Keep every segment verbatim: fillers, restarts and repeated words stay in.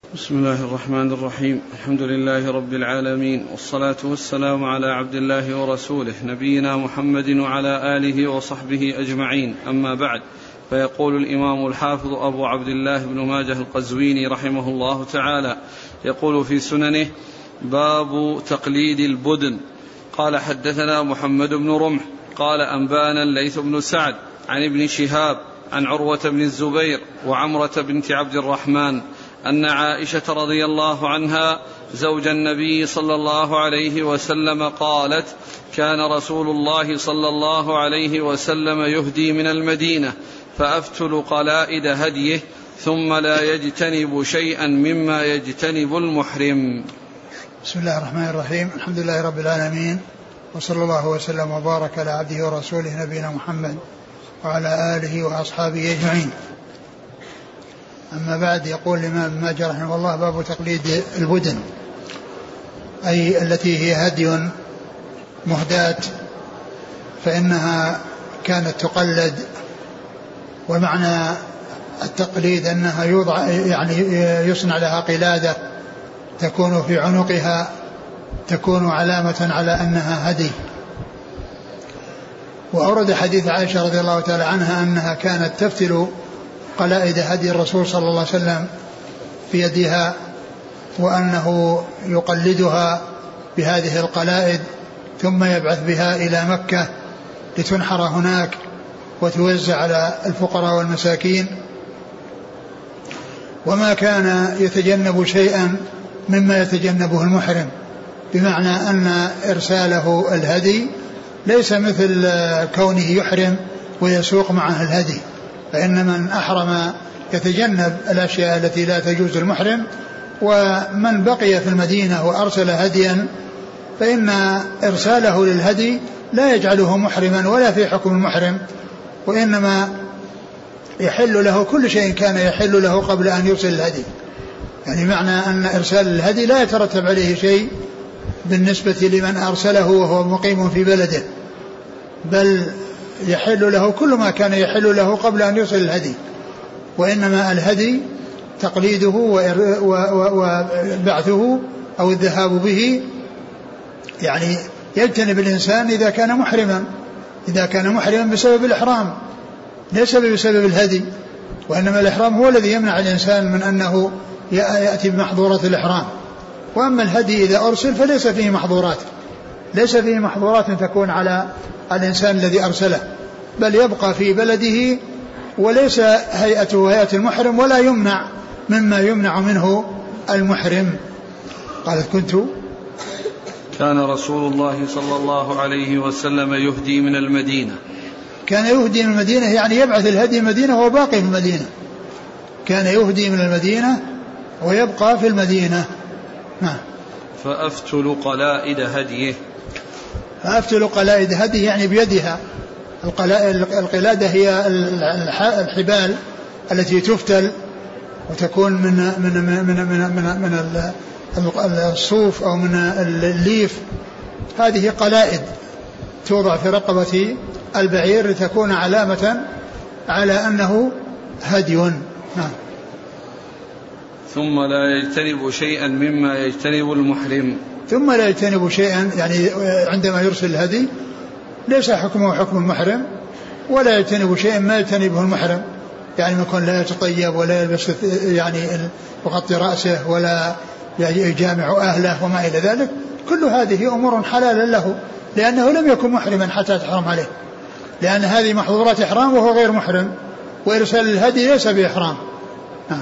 بسم الله الرحمن الرحيم. الحمد لله رب العالمين، والصلاة والسلام على عبد الله ورسوله نبينا محمد وعلى آله وصحبه أجمعين، أما بعد. فيقول الإمام الحافظ أبو عبد الله بن ماجه القزويني رحمه الله تعالى، يقول في سننه: باب تقليد البدن. قال: حدثنا محمد بن رمح قال: أنبانا الليث بن سعد عن ابن شهاب عن عروة بن الزبير وعمرة بنت عبد الرحمن أن عائشة رضي الله عنها زوج النبي صلى الله عليه وسلم قالت: كان رسول الله صلى الله عليه وسلم يهدي من المدينة فأفتل قلائد هديه ثم لا يجتنب شيئا مما يجتنب المحرم. بسم الله الرحمن الرحيم. الحمد لله رب العالمين، وصلى الله وسلم وبارك على عبده ورسوله نبينا محمد وعلى آله وأصحابه أجمعين. أما بعد، يقول الإمام ابن ماجه رحمه الله: باب تقليد البدن، أي التي هي هدي مهداة، فإنها كانت تقلد. ومعنى التقليد أنها يوضع يعني يصنع لها قلادة تكون في عنقها، تكون علامة على أنها هدي. وأورد حديث عائشة رضي الله تعالى عنها أنها كانت تفتل قلائد هدي الرسول صلى الله عليه وسلم في يدها، وأنه يقلدها بهذه القلائد ثم يبعث بها إلى مكة لتنحر هناك وتوزع على الفقراء والمساكين. وما كان يتجنب شيئا مما يتجنبه المحرم، بمعنى أن إرساله الهدي ليس مثل كونه يحرم ويسوق معه الهدي، فإن من أحرم يتجنب الأشياء التي لا تجوز المحرم، ومن بقي في المدينة وأرسل هديا فإن إرساله للهدي لا يجعله محرما ولا في حكم المحرم، وإنما يحل له كل شيء كان يحل له قبل أن يرسل الهدي. يعني معنى أن إرسال الهدي لا يترتب عليه شيء بالنسبة لمن أرسله وهو مقيم في بلده، بل يحل له كل ما كان يحل له قبل أن يرسل الهدي. وإنما الهدي تقليده وبعثه أو الذهاب به، يعني يجتنب الإنسان إذا كان محرما، إذا كان محرما بسبب الإحرام ليس بسبب الهدي، وإنما الإحرام هو الذي يمنع الإنسان من أنه يأتي بمحظورات الإحرام. وأما الهدي إذا أرسل فليس فيه محظورات، ليس فيه محظورات تكون على الإنسان الذي أرسله، بل يبقى في بلده وليس هيئته هيئة المحرم، ولا يمنع مما يمنع منه المحرم. قالت: كنت كان رسول الله صلى الله عليه وسلم يهدي من المدينة. كان يهدي من المدينة يعني يبعث الهدي المدينة وهو باقي في المدينة. كان يهدي من المدينة ويبقى في المدينة. نعم. فأفتل قلائد هديه. فأفتل قلائد هديه يعني بيدها. القلادة هي الحبال التي تفتل وتكون من من من من من, من الصوف أو من الليف. هذه قلائد توضع في رقبة البعير لتكون علامة على أنه هدي. نعم. ثم لا يجتنب شيئا مما يجتنب المحرم. ثم لا يجتنب شيئا يعني عندما يرسل الهدي ليس حكمه حكم المحرم، ولا يجتنب شيئا ما يجتنبه المحرم، يعني يكون لا يتطيب ولا يلبس يعني يغطي رأسه ولا يجامع أهله وما إلى ذلك. كل هذه أمور حلال له، لأنه لم يكن محرما حتى تحرم عليه، لأن هذه محظورات إحرام وهو غير محرم، وإرسال الهدي ليس بإحرام. آه.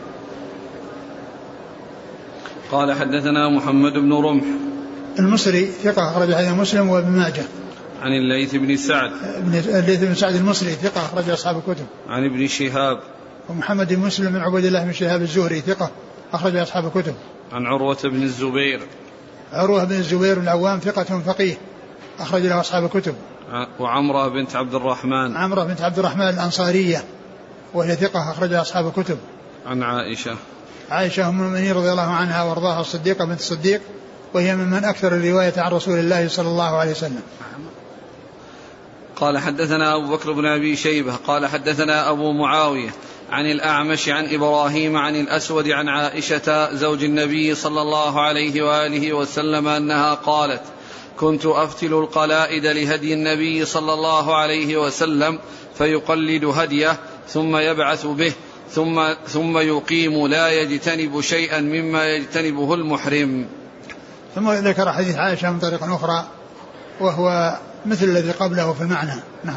قال: حدثنا محمد بن رمح المصري ثقة أخرج حديث مسلم وابن ماجه. عن الليث بن سعد الليث بن سعد المصري ثقة أخرج أصحاب الكتب. عن ابن شهاب ومحمد بن مسلم بن عبد الله بن شهاب الزهري ثقة أخرج أصحاب الكتب. عن عروة بن الزبير عروة بن الزبير العوام ثقة فقيه أخرج له أصحاب الكتب. وعمرة بنت عبد الرحمن عمرة بنت عبد الرحمن الأنصارية وهي ثقة أخرج أصحاب الكتب. عن عائشة عائشة أم المؤمنين رضي الله عنها وارضاها الصديقة بنت الصديق، وهي ممن أكثر الرواية عن رسول الله صلى الله عليه وسلم. قال: حدثنا أبو بكر بن أبي شيبة قال: حدثنا أبو معاوية عن الأعمش عن إبراهيم عن الأسود عن عائشة زوج النبي صلى الله عليه وآله وسلم أنها قالت: كنت أفتل القلائد لهدي النبي صلى الله عليه وسلم فيقلد هديه ثم يبعث به ثم, ثم يقيم لا يجتنب شيئا مما يجتنبه المحرم. ثم ذكر حديث عائشة من طريق أخرى وهو مثل الذي قبله في المعنى. نعم.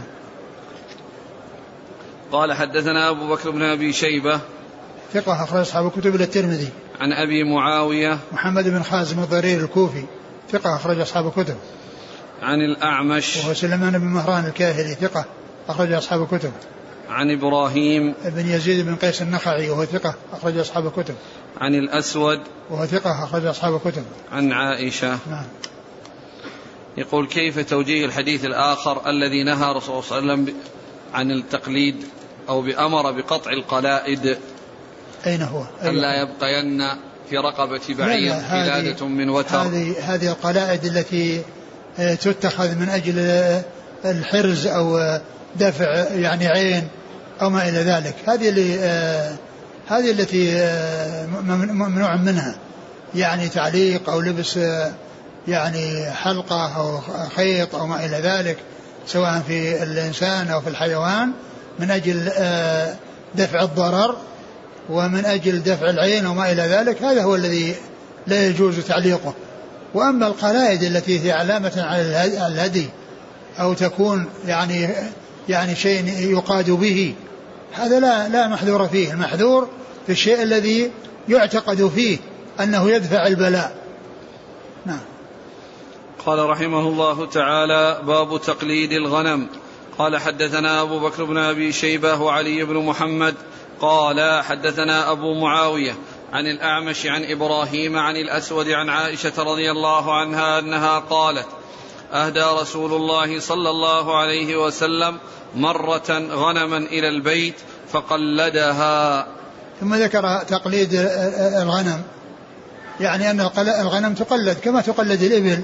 قال: حدثنا أبو بكر بن أبي شيبة ثقة أخرج أصحاب الكتب إلى الترمذي. عن أبي معاوية محمد بن خازم الضرير الكوفي ثقة أخرج أصحاب الكتب. عن الأعمش وهو سليمان بن مهران الكاهلي ثقة أخرج أصحاب الكتب. عن إبراهيم بن يزيد بن قيس النخعي وهو ثقة أخرج أصحاب الكتب. عن الأسود وهو ثقة أخرج أصحاب الكتب. عن عائشة. نعم. يقول: كيف توجيه الحديث الآخر الذي نهى رسول الله صلى الله عليه وسلم عن التقليد أو بأمر بقطع القلائد؟ أين هو؟ ألا يبقين في رقبة بعير قلادة من وتر. هذه هذه القلائد التي تتخذ من أجل الحرز أو دفع يعني عين أو ما إلى ذلك، هذه اللي هذه التي ممنوع منها، يعني تعليق أو لبس يعني حلقة أو خيط أو ما إلى ذلك سواء في الإنسان أو في الحيوان من أجل دفع الضرر ومن أجل دفع العين وما إلى ذلك، هذا هو الذي لا يجوز تعليقه. وأما القلائد التي هي علامة على الهدي أو تكون يعني يعني شيء يقاد به، هذا لا لا محذور فيه. المحذور في الشيء الذي يعتقد فيه أنه يدفع البلاء. نعم. قال رحمه الله تعالى: باب تقليد الغنم. قال: حدثنا أبو بكر بن أبي شيبة وعلي بن محمد قال: حدثنا أبو معاوية عن الأعمش عن إبراهيم عن الأسود عن عائشة رضي الله عنها أنها قالت: أهدى رسول الله صلى الله عليه وسلم مرة غنما إلى البيت فقلدها. ثم ذكر تقليد الغنم، يعني أن الغنم تقلد كما تقلد الإبل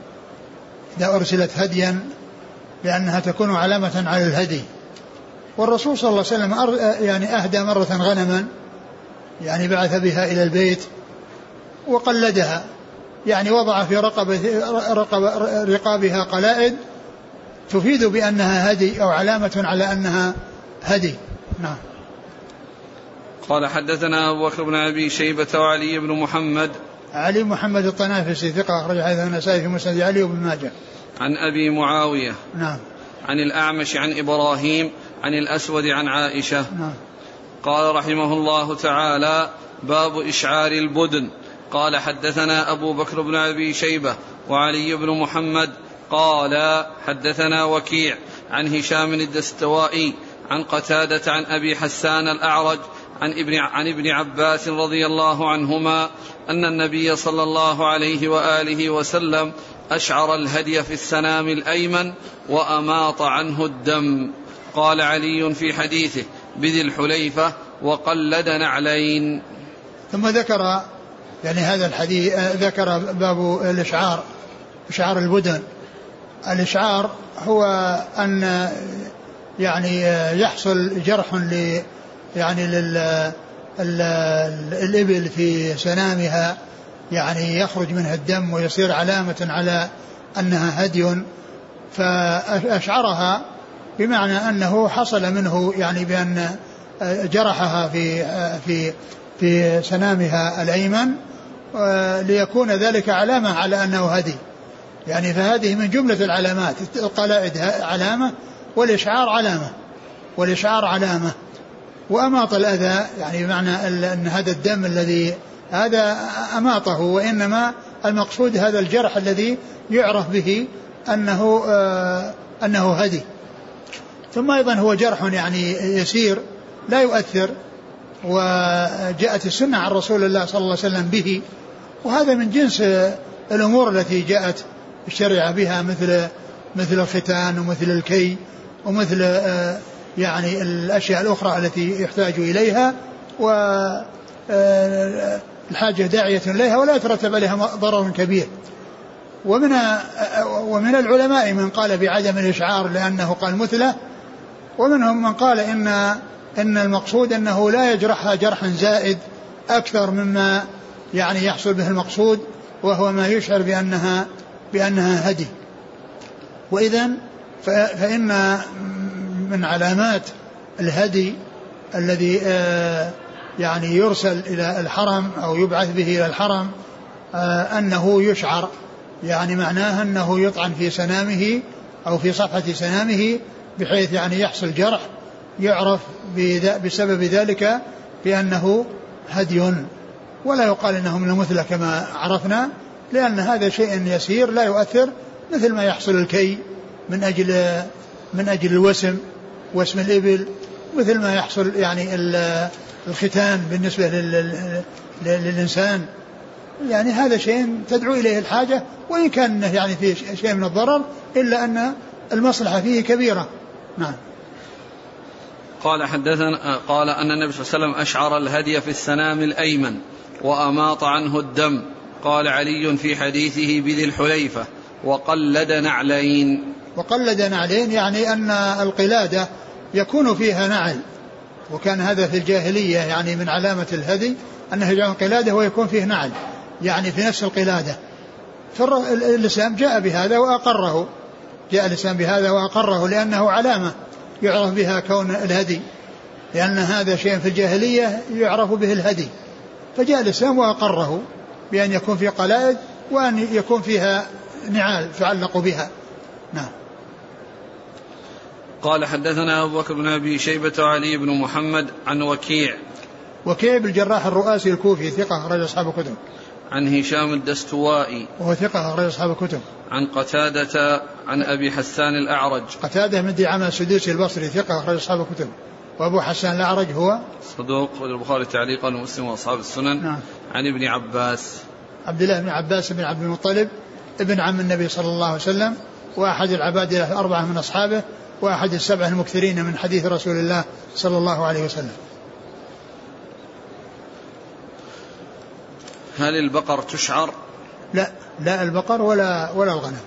إذا أرسلت هديا، لأنها تكون علامة على الهدي. والرسول صلى الله عليه وسلم يعني أهدى مرة غنما، يعني بعث بها إلى البيت وقلدها، يعني وضع في رقبة رقابها قلائد تفيد بأنها هدي أو علامة على أنها هدي. نعم. قال: حدثنا أبو بكر بن أبي شيبة وعلي بن محمد. علي محمد الطنافسي ثقة أخرج حديث النسائي في مسند علي وابن ماجه. عن أبي معاوية. نعم. عن الأعمش عن إبراهيم عن الأسود عن عائشة. نعم. قال رحمه الله تعالى: باب إشعار البدن. قال: حدثنا أبو بكر بن أبي شيبة وعلي بن محمد قال: حدثنا وكيع عن هشام الدستوائي عن قتادة عن أبي حسان الأعرج عن ابن, عن ابن عباس رضي الله عنهما أن النبي صلى الله عليه وآله وسلم أشعر الهدي في السنام الأيمن وأماط عنه الدم. قال علي في حديثه: بذي الحليفة وقلد نعلين. ثم ذكر يعني هذا الحديث، ذكر باب الإشعار، إشعار البدن. الإشعار هو أن يعني يحصل جرح ل يعني للإبل في سنامها، يعني يخرج منها الدم ويصير علامة على أنها هدي، فأشعرها بمعنى أنه حصل منه يعني بأن جرحها في في في سنامها الأيمن ليكون ذلك علامة على أنه هدي، يعني فهذه من جملة العلامات. القلائد علامة والإشعار علامة والإشعار علامة وأماط الأذى، يعني بمعنى أن هذا الدم الذي هذا أماطه، وإنما المقصود هذا الجرح الذي يعرف به أنه آه أنه هدي. ثم أيضا هو جرح يعني يسير لا يؤثر، وجاءت السنة عن رسول الله صلى الله عليه وسلم به، وهذا من جنس الأمور التي جاءت الشريعة بها، مثل مثل الختان ومثل الكي ومثل آه يعني الأشياء الأخرى التي يحتاج إليها والحاجة داعية إليها ولا يترتب عليها ضرر كبير. ومن ومن العلماء من قال بعدم الإشعار لأنه قال مثله، ومنهم من قال إن إن المقصود أنه لا يجرحها جرحا زائد أكثر مما يعني يحصل به المقصود، وهو ما يشعر بأنها بأنها هدي. وإذن فإن من علامات الهدي الذي يعني يرسل إلى الحرم أو يبعث به إلى الحرم أنه يشعر، يعني معناه أنه يطعن في سنامه أو في صفحة سنامه بحيث يعني يحصل جرح يعرف بسبب ذلك بأنه هدي، ولا يقال إنه من المثلى كما عرفنا، لأن هذا شيء يسير لا يؤثر، مثل ما يحصل الكي من أجل من أجل الوسم واسم الإبل، مثل ما يحصل يعني الختان بالنسبة للإنسان. يعني هذا شيء تدعو إليه الحاجة، وإن كان يعني فيه شيء من الضرر إلا أن المصلحة فيه كبيرة. نعم. قال حدثنا قال أن النبي صلى الله عليه وسلم أشعر الهدي في السنام الأيمن وأماط عنه الدم. قال علي في حديثه بذي الحليفة وقلد نعلين. وقلد نعلين يعني أن القلادة يكون فيها نعل، وكان هذا في الجاهلية يعني من علامة الهدي أنه يجعل قلادة ويكون فيه نعل يعني في نفس القلادة. فالإسلام جاء بهذا وأقره، جاء الإسلام بهذا وأقره لأنه علامة يعرف بها كون الهدي، لأن هذا شيء في الجاهلية يعرف به الهدي، فجاء الإسلام وأقره بأن يكون في قلائد وأن يكون فيها نعال تعلق بها. نعم. قال حدثنا أبو بكر بن أبي شيبة وعلي بن محمد عن وكيع. وكيع بالجراح الرؤاسي الكوفي ثقة أخرج أصحاب الكتب. عن هشام الدستوائي وهو ثقة أخرج أصحاب الكتب. عن قتادة عن أبي حسان الأعرج. قتادة من دعامة السدوسي البصري ثقة أخرج أصحاب الكتب. وأبو حسان الأعرج هو صدوق البخاري تعليقا ومسلم وأصحاب السنن. نعم. عن ابن عباس عبد الله بن عباس بن عبد المطلب ابن عم النبي صلى الله عليه وسلم، وأحد العباد الأربعة من أصحابه، وأحد السبعة المكثرين من حديث رسول الله صلى الله عليه وسلم. هل البقر تشعر؟ لا لا البقر ولا ولا الغنم.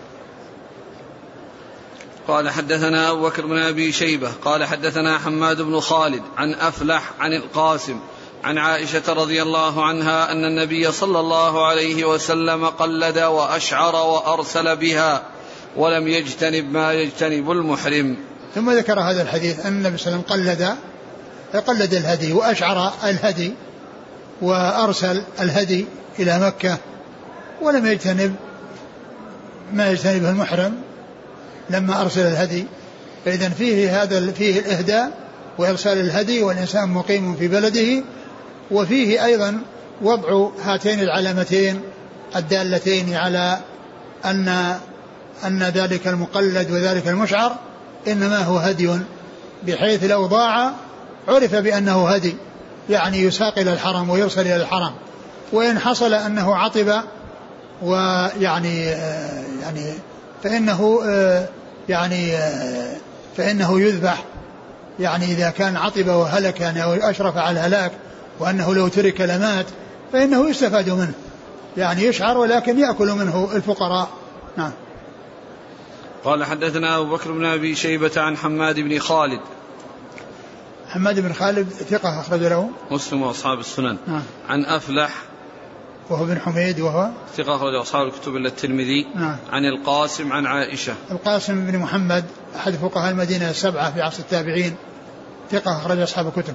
قال حدثنا أبو بكر بن أبي شيبة قال حدثنا حماد بن خالد عن أفلح عن القاسم عن عائشة رضي الله عنها أن النبي صلى الله عليه وسلم قلد وأشعر وأرسل بها ولم يجتنب ما يجتنب المحرم. ثم ذكر هذا الحديث أن النبي صلى الله عليه وسلم قلد قلد الهدي وأشعر الهدي وأرسل الهدي إلى مكة ولم يجتنب ما يجتنبه المحرم لما أرسل الهدي. فإذن فيه هذا فيه الإهداء وإرسال الهدي والإنسان مقيم في بلده، وفيه أيضا وضع هاتين العلامتين الدالتين على أن أن ذلك المقلد وذلك المشعر إنما هو هدي، بحيث لو ضاع عرف بأنه هدي، يعني يساق إلى الحرم ويرسل إلى الحرم. وإن حصل أنه عطب ويعني يعني فإنه يعني فإنه يذبح، يعني إذا كان عطب وهلك يعني أو أشرف على الهلاك وأنه لو ترك لمات فإنه يستفاد منه، يعني يشعر ولكن يأكل منه الفقراء. نعم. قال حدثنا أبو بكر بن أبي شيبة عن حماد بن خالد. حماد بن خالد ثقة أخرج له مسلم وأصحاب السنن. نعم. عن أفلح وهو بن حميد وهو ثقة أخرج أصحاب الكتب إلا الترمذي. نعم. عن القاسم عن عائشة. القاسم بن محمد أحد فقهاء المدينة السبعة في عصر التابعين ثقة أخرج أصحاب الكتب.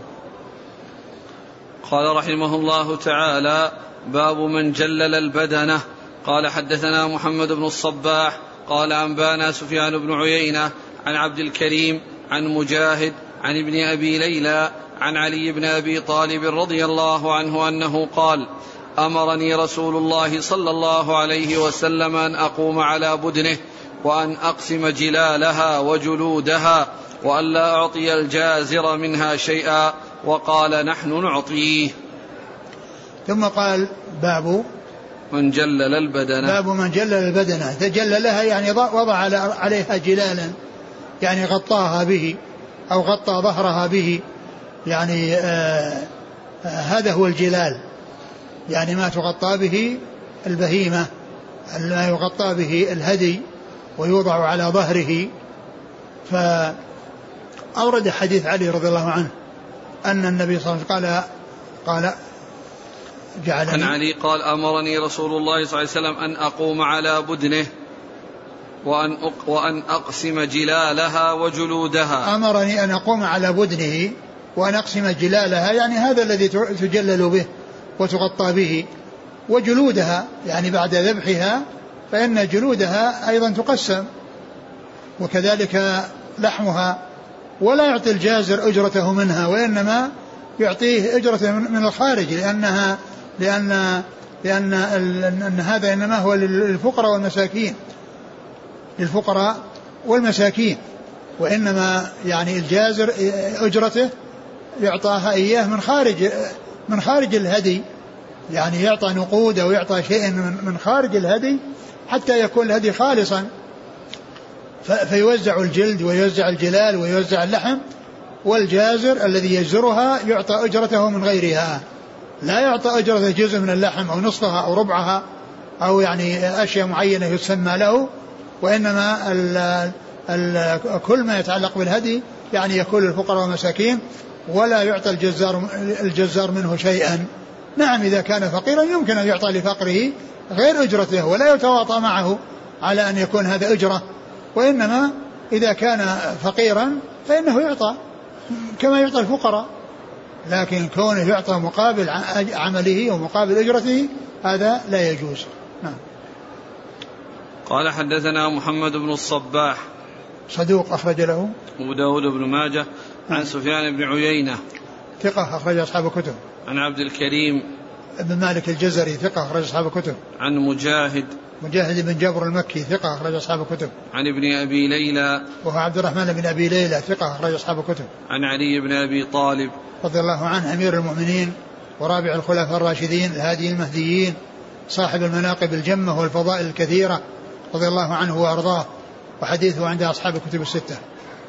قال رحمه الله تعالى: باب من جلل البدنة. قال حدثنا محمد بن الصباح قال أنبانا سفيان بن عيينة عن عبد الكريم عن مجاهد عن ابن أبي ليلى عن علي بن أبي طالب رضي الله عنه أنه قال: أمرني رسول الله صلى الله عليه وسلم أن أقوم على بدنه وأن أقسم جلالها وجلودها وأن لا أعطي الجازر منها شيئا، وقال: نحن نعطيه. ثم قال: باب من جلل البدنة. باب من جلل البدنة. تجللها يعني وضع عليها جلالا، يعني غطاها به أو غطى ظهرها به، يعني آه آه هذا هو الجلال، يعني ما تغطى به البهيمة، ما يغطى به الهدي ويوضع على ظهره. فأورد حديث علي رضي الله عنه أن النبي صلى الله عليه وسلم قال قال جعلني عن علي قال أمرني رسول الله صلى الله عليه وسلم أن أقوم على بدنه وأن, وأن أقسم جلالها وجلودها. أمرني أن أقوم على بدنه وأن أقسم جلالها، يعني هذا الذي تجلل به وتغطى به، وجلودها يعني بعد ذبحها فإن جلودها أيضا تقسم، وكذلك لحمها، ولا يعطي الجازر أجرته منها وإنما يعطيه أجرته من الخارج، لأنها لأن لأن أن هذا إنما هو للفقراء والمساكين للفقراء والمساكين وإنما يعني الجازر أجرته يعطاها إياه من خارج من خارج الهدي، يعني يعطى نقود أو يعطى شيء من خارج الهدي حتى يكون الهدي خالصا، فيوزع الجلد ويوزع الجلال ويوزع اللحم، والجازر الذي يجزرها يعطى أجرته من غيرها، لا يعطى أجرته جزء من اللحم أو نصفها أو ربعها أو يعني أشياء معينة يسمى له، وإنما ال ال كل ما يتعلق بالهدي يعني يكون للفقراء والمساكين، ولا يعطى الجزار الجزار منه شيئا. نعم إذا كان فقيرا يمكن أن يعطى لفقره غير أجرته ولا يتواطى معه على أن يكون هذا أجرة، وإنما إذا كان فقيرا فإنه يعطى كما يعطى الفقراء، لكن كونه يعطى مقابل عمله ومقابل أجرته هذا لا يجوز. نعم. قال حدثنا محمد بن الصباح صدوق أخرج له أبو داود بن ماجه عن سفيان بن عيينة ثقة أخرج أصحاب الكتب. عن عبد الكريم بن مالك الجزري ثقة أخرج أصحاب الكتب. عن مجاهد مجاهد بن جبر المكي ثقة أخرج أصحاب الكتب. عن ابن أبي ليلى وهو عبد الرحمن بن أبي ليلى ثقة أخرج أصحاب الكتب. عن علي بن أبي طالب رضي الله عنه أمير المؤمنين ورابع الخلفاء الراشدين الهادي المهديين صاحب المناقب الجمة والفضائل الكثيرة رضي الله عنه وأرضاه، وحديثه عند أصحاب الكتب الستة.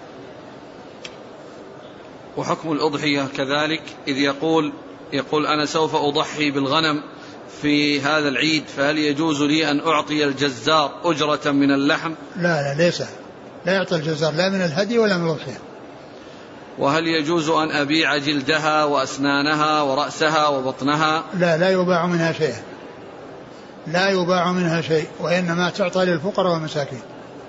وحكم الأضحية كذلك إذ يقول يقول أنا سوف أضحي بالغنم في هذا العيد، فهل يجوز لي أن أعطي الجزار أجرة من اللحم؟ لا لا ليس، لا يعطي الجزار لا من الهدي ولا من الأضحية. وهل يجوز أن أبيع جلدها وأسنانها ورأسها وبطنها؟ لا لا يباع منها شيء، لا يباع منها شيء، وإنما تعطى للفقراء والمساكين.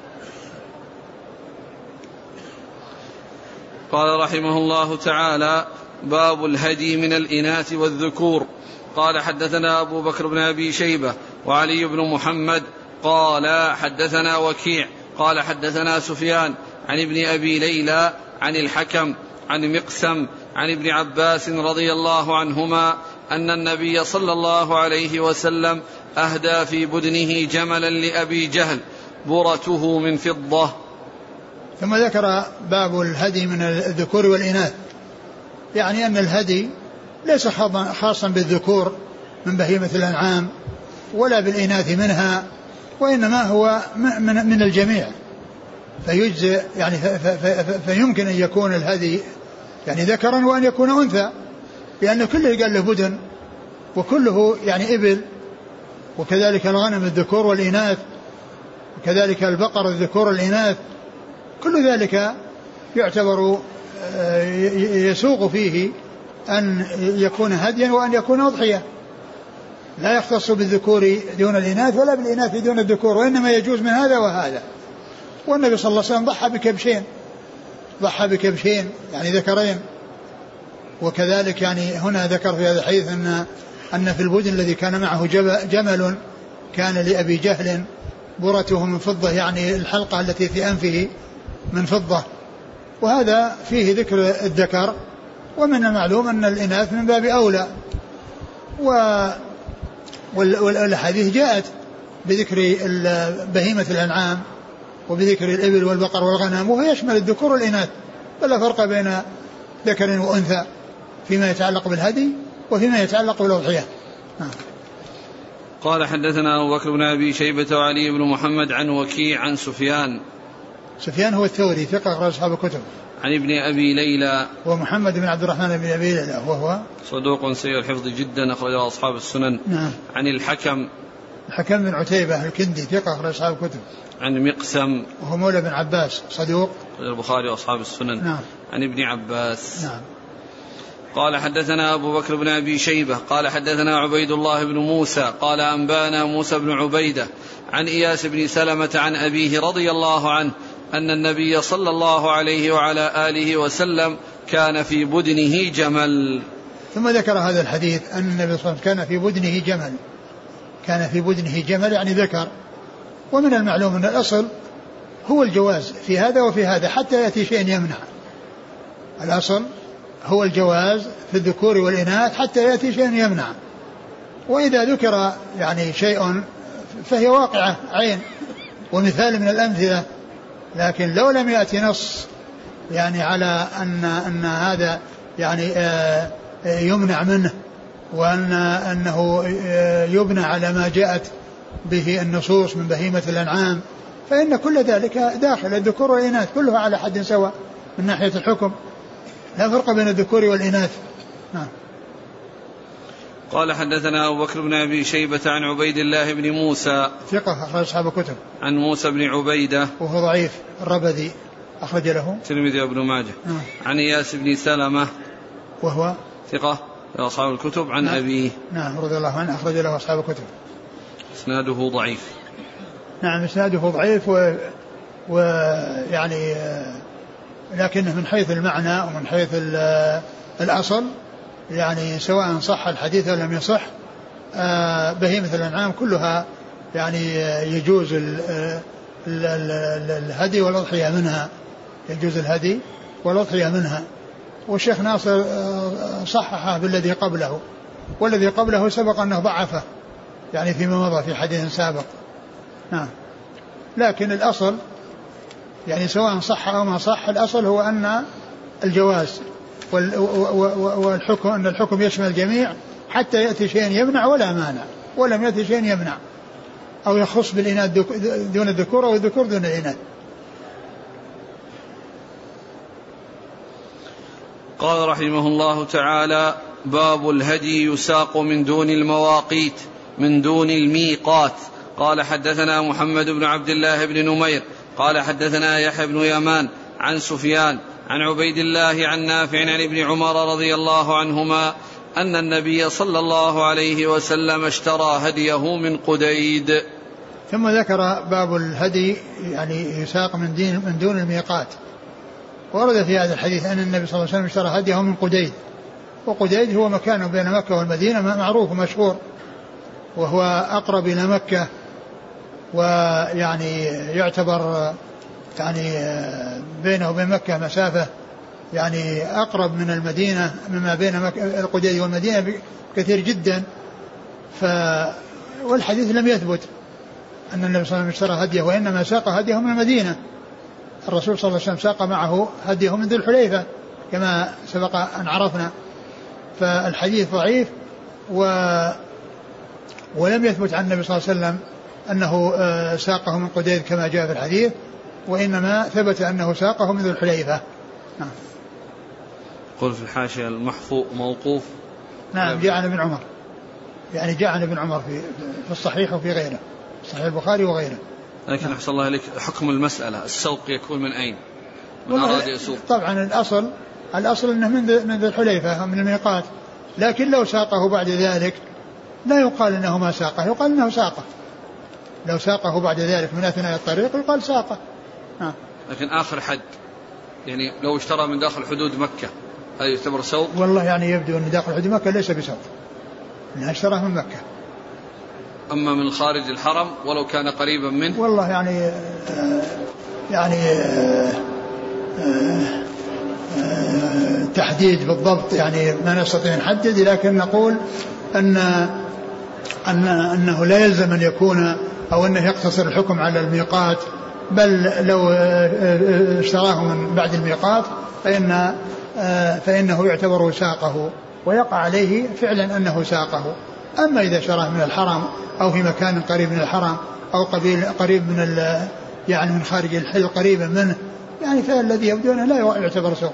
قال رحمه الله تعالى: باب الهدي من الإناث والذكور. قال حدثنا أبو بكر بن أبي شيبة وعلي بن محمد قال حدثنا وكيع قال حدثنا سفيان عن ابن أبي ليلى عن الحكم عن مقسم عن ابن عباس رضي الله عنهما أن النبي صلى الله عليه وسلم أهدى في بدنه جملا لأبي جهل برته من فضة. ثم ذكر باب الهدي من الذكور والإناث، يعني أن الهدي ليس خاصا بالذكور من بهيمة الأنعام ولا بالإناث منها، وإنما هو من الجميع، فيجزئ يعني فيمكن أن يكون الهدي يعني ذكرا وأن يكون أنثى، لأن كله قال له بدن وكله يعني إبل، وكذلك الغنم الذكور والإناث، وكذلك البقر الذكور والإناث، كل ذلك يعتبر يسوق فيه أن يكون هديا وأن يكون أضحية، لا يختص بالذكور دون الإناث ولا بالإناث دون الذكور، وإنما يجوز من هذا وهذا. والنبي صلى الله عليه وسلم ضحى بكبشين ضحى بكبشين يعني ذكرين، وكذلك يعني هنا ذكر في هذا الحديث أن أن في البدن الذي كان معه جمل كان لأبي جهل برته من فضة، يعني الحلقة التي في أنفه من فضة، وهذا فيه ذكر الذكر، ومن المعلوم أن الإناث من باب أولى، والحديث جاءت بذكر بهيمة الأنعام وبذكر الإبل والبقر والغنم، وهو يشمل الذكور والإناث، فلا فرق بين ذكر وأنثى فيما يتعلق بالهدي وفيما يتعلق بالأضحية. قال حدثنا أبو بكر بن أبي شيبة وعلي بن محمد عن وكيع عن سفيان سفيان هو الثوري ثقة أخرج أصحاب الكتب. عن ابن أبي ليلى ومحمد بن عبد الرحمن بن أبي ليلى وهو صدوق سيء الحفظ جدا أخرجه أصحاب السنن. نعم. عن الحكم الحكم بن عتيبة الكندي ثقة أخرج أصحاب الكتب. عن مقسم وهو مولى بن عباس صدوق البخاري وأصحاب السنن. نعم. عن ابن عباس. نعم. قال حدثنا أبو بكر بن أبي شيبة قال حدثنا عبيد الله بن موسى قال أنبانا موسى بن عبيدة عن إياس بن سلمة عن أبيه رضي الله عنه أن النبي صلى الله عليه وعلى آله وسلم كان في بدنه جمل. ثم ذكر هذا الحديث أن النبي صلى الله عليه وسلم كان في بدنه جمل، كان في بدنه جمل يعني ذكر. ومن المعلوم أن الأصل هو الجواز في هذا وفي هذا حتى يأتي شيء يمنع. الأصل هو الجواز في الذكور والإناث حتى يأتي شيء يمنع. وإذا ذكر يعني شيء فهي واقعة عين ومثال من الأمثلة، لكن لو لم يأتي نص يعني على أن أن هذا يعني يمنع منه وأن أنه يبنى على ما جاءت به النصوص من بهيمة الأنعام فإن كل ذلك داخل. الذكور والإناث كلها على حد سواء من ناحية الحكم، لا فرق بين الذكور والإناث. نعم. قال حدثنا أبو بكر بن أبي شيبة عن عبيد الله بن موسى ثقة أخرج أصحاب الكتب. عن موسى بن عبيدة وهو ضعيف الربذي أخرج له الترمذي وابن ماجه. نعم. عن إياس بن سلمة وهو ثقة أصحاب الكتب عن نعم. أبيه نعم رضي الله عنه أخرج له أصحاب الكتب. إسناده ضعيف. نعم إسناده ضعيف ويعني لكنه من حيث المعنى ومن حيث الأصل يعني سواء صح الحديث أو لم يصح بهيمة الأنعام كلها يعني يجوز الهدي والأضحية منها، يجوز الهدي والأضحية منها. والشيخ ناصر صححه بالذي قبله، والذي قبله سبق أنه ضعفه يعني فيما مضى في حديث سابق. نعم. لكن الأصل يعني سواء صح أو ما صح الأصل هو أن الجواز والحكم أن الحكم يشمل الجميع حتى يأتي شيء يمنع ولا مانع، ولم يأتي شيء يمنع أو يخص بالإناث دون الذكور أو الذكور دون الإناث. قال رحمه الله تعالى: باب الهدي يساق من دون المواقيت من دون الميقات. قال حدثنا محمد بن عبد الله بن نمير قال حدثنا يحيى بن يمان عن سفيان عن عبيد الله عن نافع عن ابن عمر رضي الله عنهما أن النبي صلى الله عليه وسلم اشترى هديه من قديد. ثم ذكر باب الهدي يعني يساق من, دين من دون الميقات. ورد في هذا الحديث أن النبي صلى الله عليه وسلم اشترى هديه من قديد، وقديد هو مكان بين مكة والمدينة معروف ومشهور، وهو أقرب إلى مكة ويعني يعتبر يعني بينه وبين مكة مسافة يعني أقرب من المدينة مما بين القديد والمدينة كثير جدا. ف والحديث لم يثبت أن النبي صلى الله عليه وسلم اشترى هديه، وإنما ساق هديه من المدينة. الرسول صلى الله عليه وسلم ساق معه هديه من ذي الحليفة كما سبق أن عرفنا. فالحديث ضعيف و... ولم يثبت عن النبي صلى الله عليه وسلم أنه ساقه من قديد كما جاء في الحديث، وإنما ثبت أنه ساقه من ذي الحليفة. نعم. قل في الحاشية المحفوظ موقوف. نعم جاء عن ابن عمر، يعني جاء عن ابن عمر في, في الصحيح وفي غيره، صحيح البخاري وغيره. لكن نعم. أحسن الله إليك، حكم المسألة السوق يكون من أين؟ من أراد يسوق؟ طبعا الأصل الأصل أنه من ذي الحليفة من الميقات، لكن لو ساقه بعد ذلك لا يقال أنه ما ساقه، يقال أنه ساقه. لو ساقه بعد ذلك من أثناء الطريق يقال ساقه. ها. لكن آخر حد يعني لو اشترى من داخل حدود مكة هذا يعتبر سوق؟ والله يعني يبدو أن داخل حدود مكة ليس بسوق، لأنه اشتراه من مكة. أما من خارج الحرم ولو كان قريبا منه؟ والله يعني يعني تحديد بالضبط يعني ما نستطيع نحدد، لكن نقول أن أن أنه لا يلزم أن يكون أو أنه يقتصر الحكم على الميقات، بل لو اشتراه من بعد الميقات فإن فإنه يعتبر ساقه ويقع عليه فعلا أنه ساقه. أما إذا اشتراه من الحرم أو في مكان قريب من الحرم أو قبيل قريب من يعني من خارج الحل قريبا منه يعني فالذي يبدو أنه لا يعتبر سوق.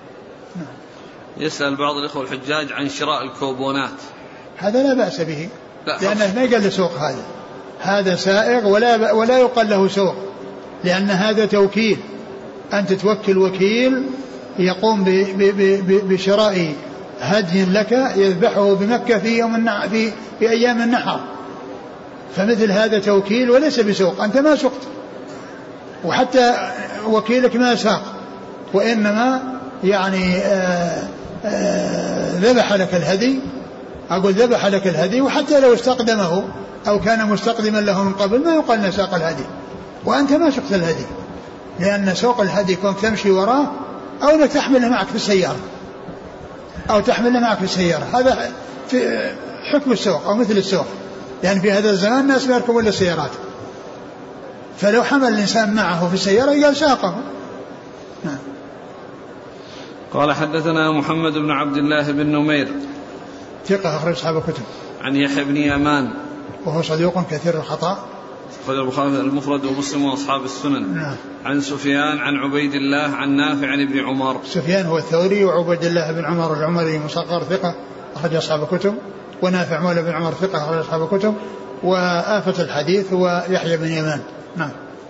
يسأل بعض الإخوة الحجاج عن شراء الكوبونات. هذا لا بأس به، لأنه ما يقال له سوق، هذا هذا سائغ ولا ولا يقال له سوق، لأن هذا توكيل. أنت توكل وكيل يقوم بشراء هدي لك يذبحه بمكة في يوم النحر في, في أيام النحر، فمثل هذا توكيل وليس بسوق، أنت ما سقت وحتى وكيلك ما ساق، وإنما يعني آآ آآ ذبح لك الهدي، أقول ذبح لك الهدي، وحتى لو استقدمه أو كان مستقدما له من قبل ما يقال نساق الهدي، وأنت ما سقت الهدي، لأن سوق الهدي كنت تمشي وراه أو أنك تحمله معك في السيارة أو تحمله معك في السيارة، هذا في حكم السوق أو مثل السوق، لأن يعني في هذا الزمان الناس لا يركبون السيارات، فلو حمل الإنسان معه في السيارة قال ساقه. نعم. قال حدثنا محمد بن عبد الله بن نمير ثقة أخرج أصحاب الكتب. عن يحيى بن يمان وهو صديق كثير الخطأ، أخرج البخاري المفرد ومسلم وأصحاب السنن. نعم. عن سفيان عن عبيد الله عن نافع عن ابن عمر. سفيان هو الثوري وعبيد الله بن عمر العمري مصغر ثقة أخرج أصحاب الكتب، ونافع مولى بن عمر ثقة أخرج أصحاب الكتب، وآفة الحديث هو يحيى بن يمان. نعم.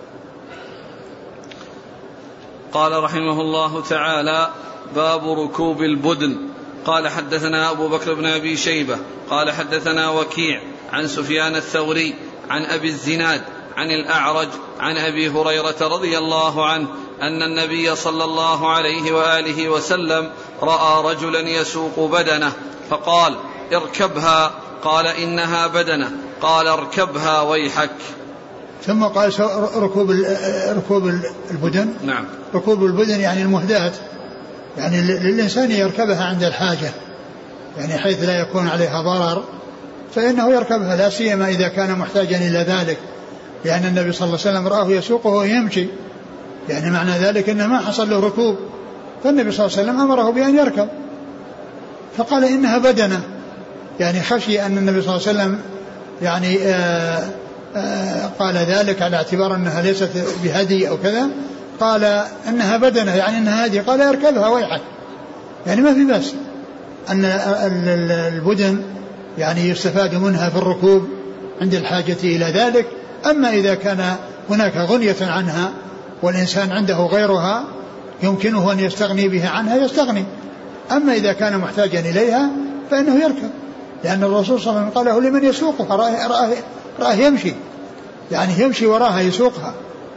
قال رحمه الله تعالى: باب ركوب البدن. قال حدثنا أبو بكر بن أبي شيبة قال حدثنا وكيع عن سفيان الثوري عن أبي الزناد عن الأعرج عن أبي هريرة رضي الله عنه أن النبي صلى الله عليه وآله وسلم رأى رجلا يسوق بدنه فقال: اركبها. قال: إنها بدنه. قال: اركبها ويحك. ثم قال ركوب ركوب البدن. نعم. ركوب البدن يعني المهداة، يعني للإنسان يركبها عند الحاجة، يعني حيث لا يكون عليها ضرر فإنه يركبها، لا سيما إذا كان محتاجا إلى ذلك، لأن النبي صلى الله عليه وسلم رآه يسوقه ويمشي، يعني معنى ذلك أنه ما حصل له ركوب، فالنبي صلى الله عليه وسلم أمره بأن يركب، فقال إنها بدنة، يعني خشي أن النبي صلى الله عليه وسلم يعني آآ آآ قال ذلك على اعتبار أنها ليست بهدي أو كذا، قال إنها بدنة يعني إنها هدي، قال اركبها ويحك، يعني ما في بأس أن البدن يعني يستفاد منها في الركوب عند الحاجة إلى ذلك، أما إذا كان هناك غنية عنها والإنسان عنده غيرها يمكنه أن يستغني بها عنها يستغني، أما إذا كان محتاجا إليها فإنه يركب، لأن الرسول صلى الله عليه وسلم قال له لمن يسوقها، رآه, رآه, رآه يمشي، يعني يمشي وراها يسوقها،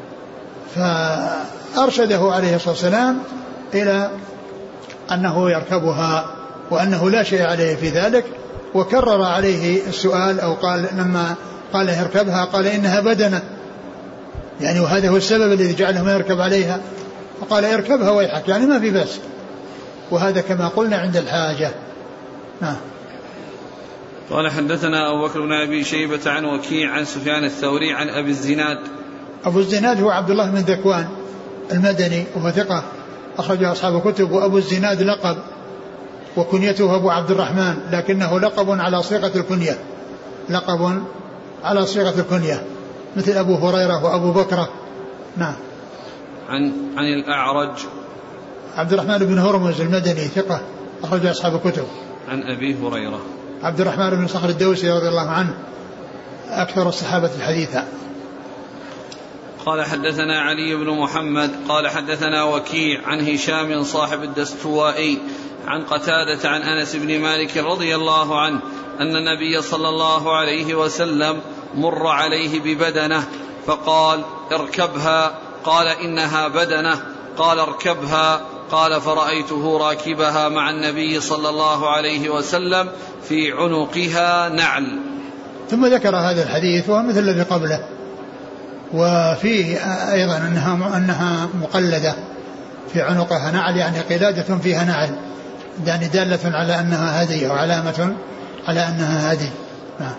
فأرشده عليه الصلاة والسلام إلى أنه يركبها وأنه لا شيء عليه في ذلك، وكرر عليه السؤال أو قال لما قال يركبها قال إنها بدنة، يعني وهذا هو السبب الذي جعله ما يركب عليها، فقال اركبها ويحك، يعني ما في بأس، وهذا كما قلنا عند الحاجة. نعم. قال حدثنا أبو بكر بن أبي شيبة عن وكيع عن سفيان الثوري عن أبي الزناد. أبو الزناد هو عبد الله بن ذكوان المدني وهو ثقة أخرجه أصحاب الكتب، وأبو الزناد لقب وكنيته أبو عبد الرحمن، لكنه لقب على صيغة الكنية، لقب على صيغة الكنية مثل أبو هريرة وأبو بكرة. نعم. عن عن الأعرج عبد الرحمن بن هرمز المدني ثقة أخرج أصحاب الكتب. عن أبي هريرة عبد الرحمن بن صخر الدوسي رضي الله عنه أكثر الصحابة حديثا. قال حدثنا علي بن محمد قال حدثنا وكيع عن هشام صاحب الدستوائي عن قتادة عن أنس بن مالك رضي الله عنه أن النبي صلى الله عليه وسلم مر عليه ببدنه فقال اركبها، قال إنها بدنة، قال اركبها، قال فرأيته راكبها مع النبي صلى الله عليه وسلم في عنقها نعل. ثم ذكر هذا الحديث ومثل الذي قبله، وفيه أيضا أنها, أنها مقلدة في عنقها نعل، يعني قلادة فيها نعل، يعني دالة على أنها هدي أو علامة على أنها هدي. نعم.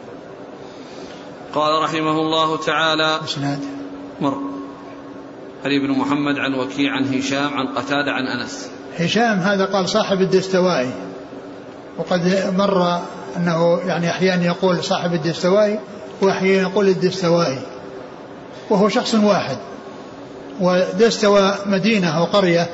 قال رحمه الله تعالى اسناد مر علي بن محمد عن وكيع عن هشام عن قتادة عن أنس. هشام هذا قال صاحب الدستوائي، وقد مر أنه يعني أحيانا يقول صاحب الدستوائي وأحيانا يقول الدستوائي، وهو شخص واحد، ودستوى مدينة أو قرية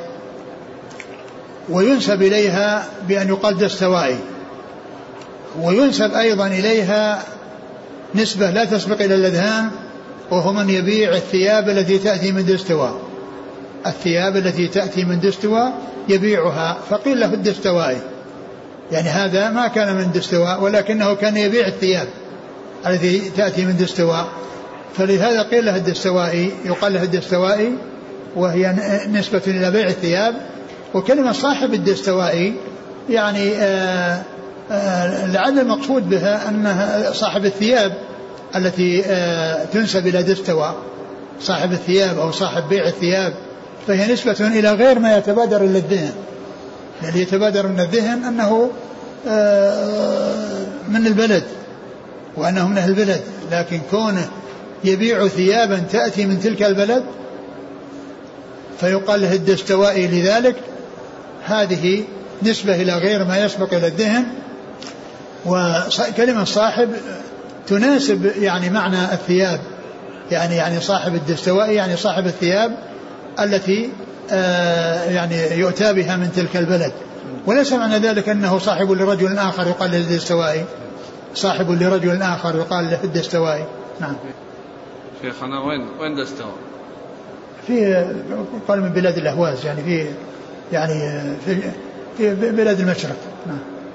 وينسب إليها بأن يقال دستوائي، وينسب أيضا إليها نسبة لا تسبق إلى الأذهان، وهو من يبيع الثياب التي تأتي من دستوى، الثياب التي تأتي من دستوى يبيعها، فقيل له الدستوائي، يعني هذا ما كان من دستواء ولكنه كان يبيع الثياب التي تأتي من دستواء، فلهذا قيل له الدستوائي، يقال له الدستوائي، وهي نسبة إلى بيع الثياب. وكلمة صاحب الدستوائي يعني آآ آآ لعل المقصود بها أنها صاحب الثياب التي تنسب إلى دستواء، صاحب الثياب أو صاحب بيع الثياب، فهي نسبة إلى غير ما يتبادر إلى الذهن. يعني يتبادر من الذهن أنه من البلد وأنه من أهل البلد، لكن كونه يبيع ثيابا تأتي من تلك البلد فيقال له الدستوائي لذلك، هذه نسبة إلى غير ما يسبق إلى الذهن. وكلمة صاحب تناسب يعني معنى الثياب، يعني يعني صاحب الدستوائي يعني صاحب الثياب التي آه يعني يؤتى بها من تلك البلد، وليس معنى ذلك أنه صاحب لرجل آخر يقال له الدستوائي، صاحب لرجل آخر يقال له الدستوائي. نعم. شيخنا وين وين دستوائي؟ في قال من بلاد الأهواز، يعني في يعني في في بلاد المشرق. نعم.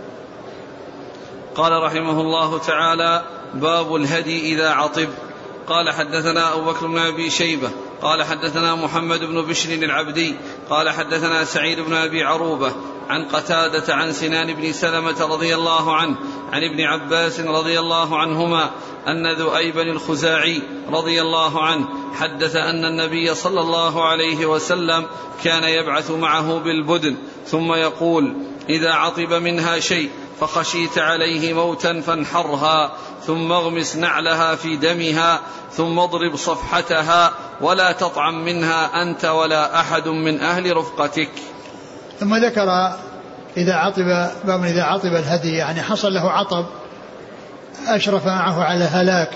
قال رحمه الله تعالى: باب الهدي إذا عطب. قال حدثنا أبو بكر بن أبي شيبة قال حدثنا محمد بن بشر العبدي قال حدثنا سعيد بن أبي عروبة عن قتادة عن سنان بن سلمة رضي الله عنه عن ابن عباس رضي الله عنهما أن ذؤيبا الخزاعي رضي الله عنه حدث أن النبي صلى الله عليه وسلم كان يبعث معه بالبدن ثم يقول: إذا عطب منها شيء فخشيت عليه موتا فانحرها ثم اغمس نعلها في دمها ثم اضرب صفحتها ولا تطعم منها أنت ولا أحد من أهل رفقتك. ثم ذكر إذا عطب، باب إذا عطب الهدي، يعني حصل له عطب أشرف معه على هلاك،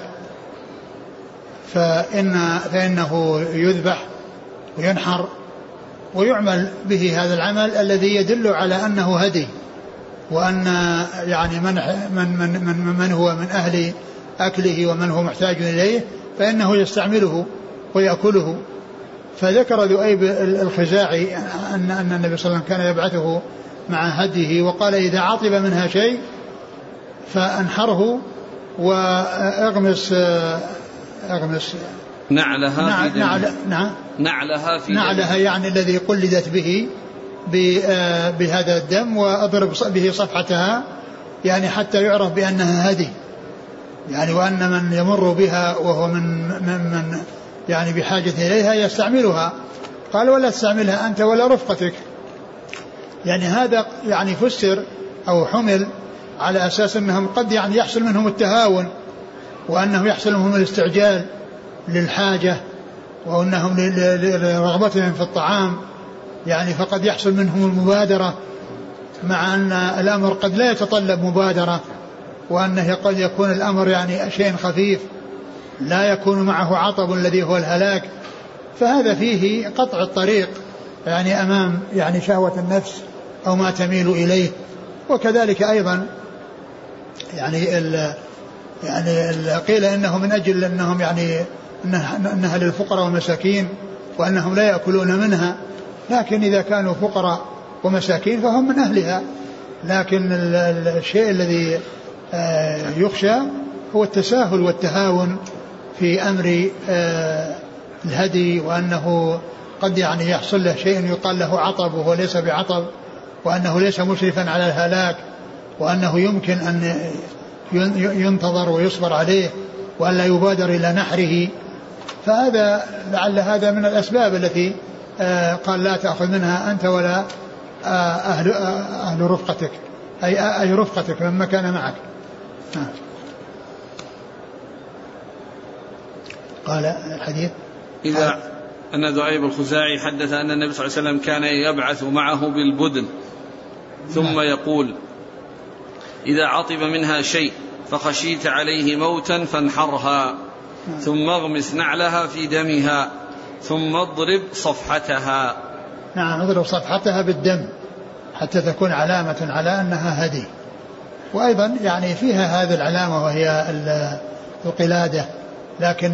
فإن فإنه يذبح وينحر ويعمل به هذا العمل الذي يدل على أنه هدي، وأن يعني من من من من, من هو من أهل أكله ومن هو محتاج إليه فإنه يستعمله ويأكله. فذكر ذؤيب الخزاعي أن أن النبي صلى الله عليه وسلم كان يبعثه مع هديه، وقال: إذا عطب منها شيء فانحره واغمس اغمس نعلها نعل في نعل نعم نعلها في نعلها يعني الذي قلدت به بهذا الدم، واضرب به صفحتها، يعني حتى يعرف بأنها هدي، يعني وأن من يمر بها وهو من من, من يعني بحاجة إليها يستعملها. قال: ولا تستعملها أنت ولا رفقتك. يعني هذا يعني فسر أو حمل على أساس أنهم قد يعني يحصل منهم التهاون، وأنه يحصل منهم الاستعجال للحاجة، وأنهم لرغبتهم في الطعام، يعني فقد يحصل منهم المبادرة، مع أن الأمر قد لا يتطلب مبادرة، وأنه قد يكون الأمر يعني شيء خفيف لا يكون معه عطب الذي هو الهلاك. فهذا فيه قطع الطريق يعني أمام يعني شهوة النفس أو ما تميل إليه. وكذلك أيضا يعني ال يعني ال قيل إنه من أجل أنهم يعني أنها للفقراء والمساكين وأنهم لا يأكلون منها، لكن إذا كانوا فقراء ومساكين فهم من أهلها. لكن الشيء الذي يخشى هو التساهل والتهاون في أمر الهدي، وأنه قد يعني يحصل له شيء يقال له عطب وهو ليس بعطب، وأنه ليس مشرفا على الهلاك، وأنه يمكن أن ينتظر ويصبر عليه وأن لا يبادر إلى نحره. فهذا لعل هذا من الأسباب التي قال: لا تأخذ منها أنت ولا أهل, أهل رفقتك، أي, أي رفقتك مما كان معك. قال الحديث: إذا أن ذؤيب الخزاعي حدث أن النبي صلى الله عليه وسلم كان يبعث معه بالبدن ثم يقول: إذا عطب منها شيء فخشيت عليه موتا فانحرها ثم اغمس نعلها في دمها ثم اضرب صفحتها. نعم، اضرب صفحتها بالدم حتى تكون علامة على أنها هدي. وأيضا يعني فيها هذه العلامة وهي القلادة، لكن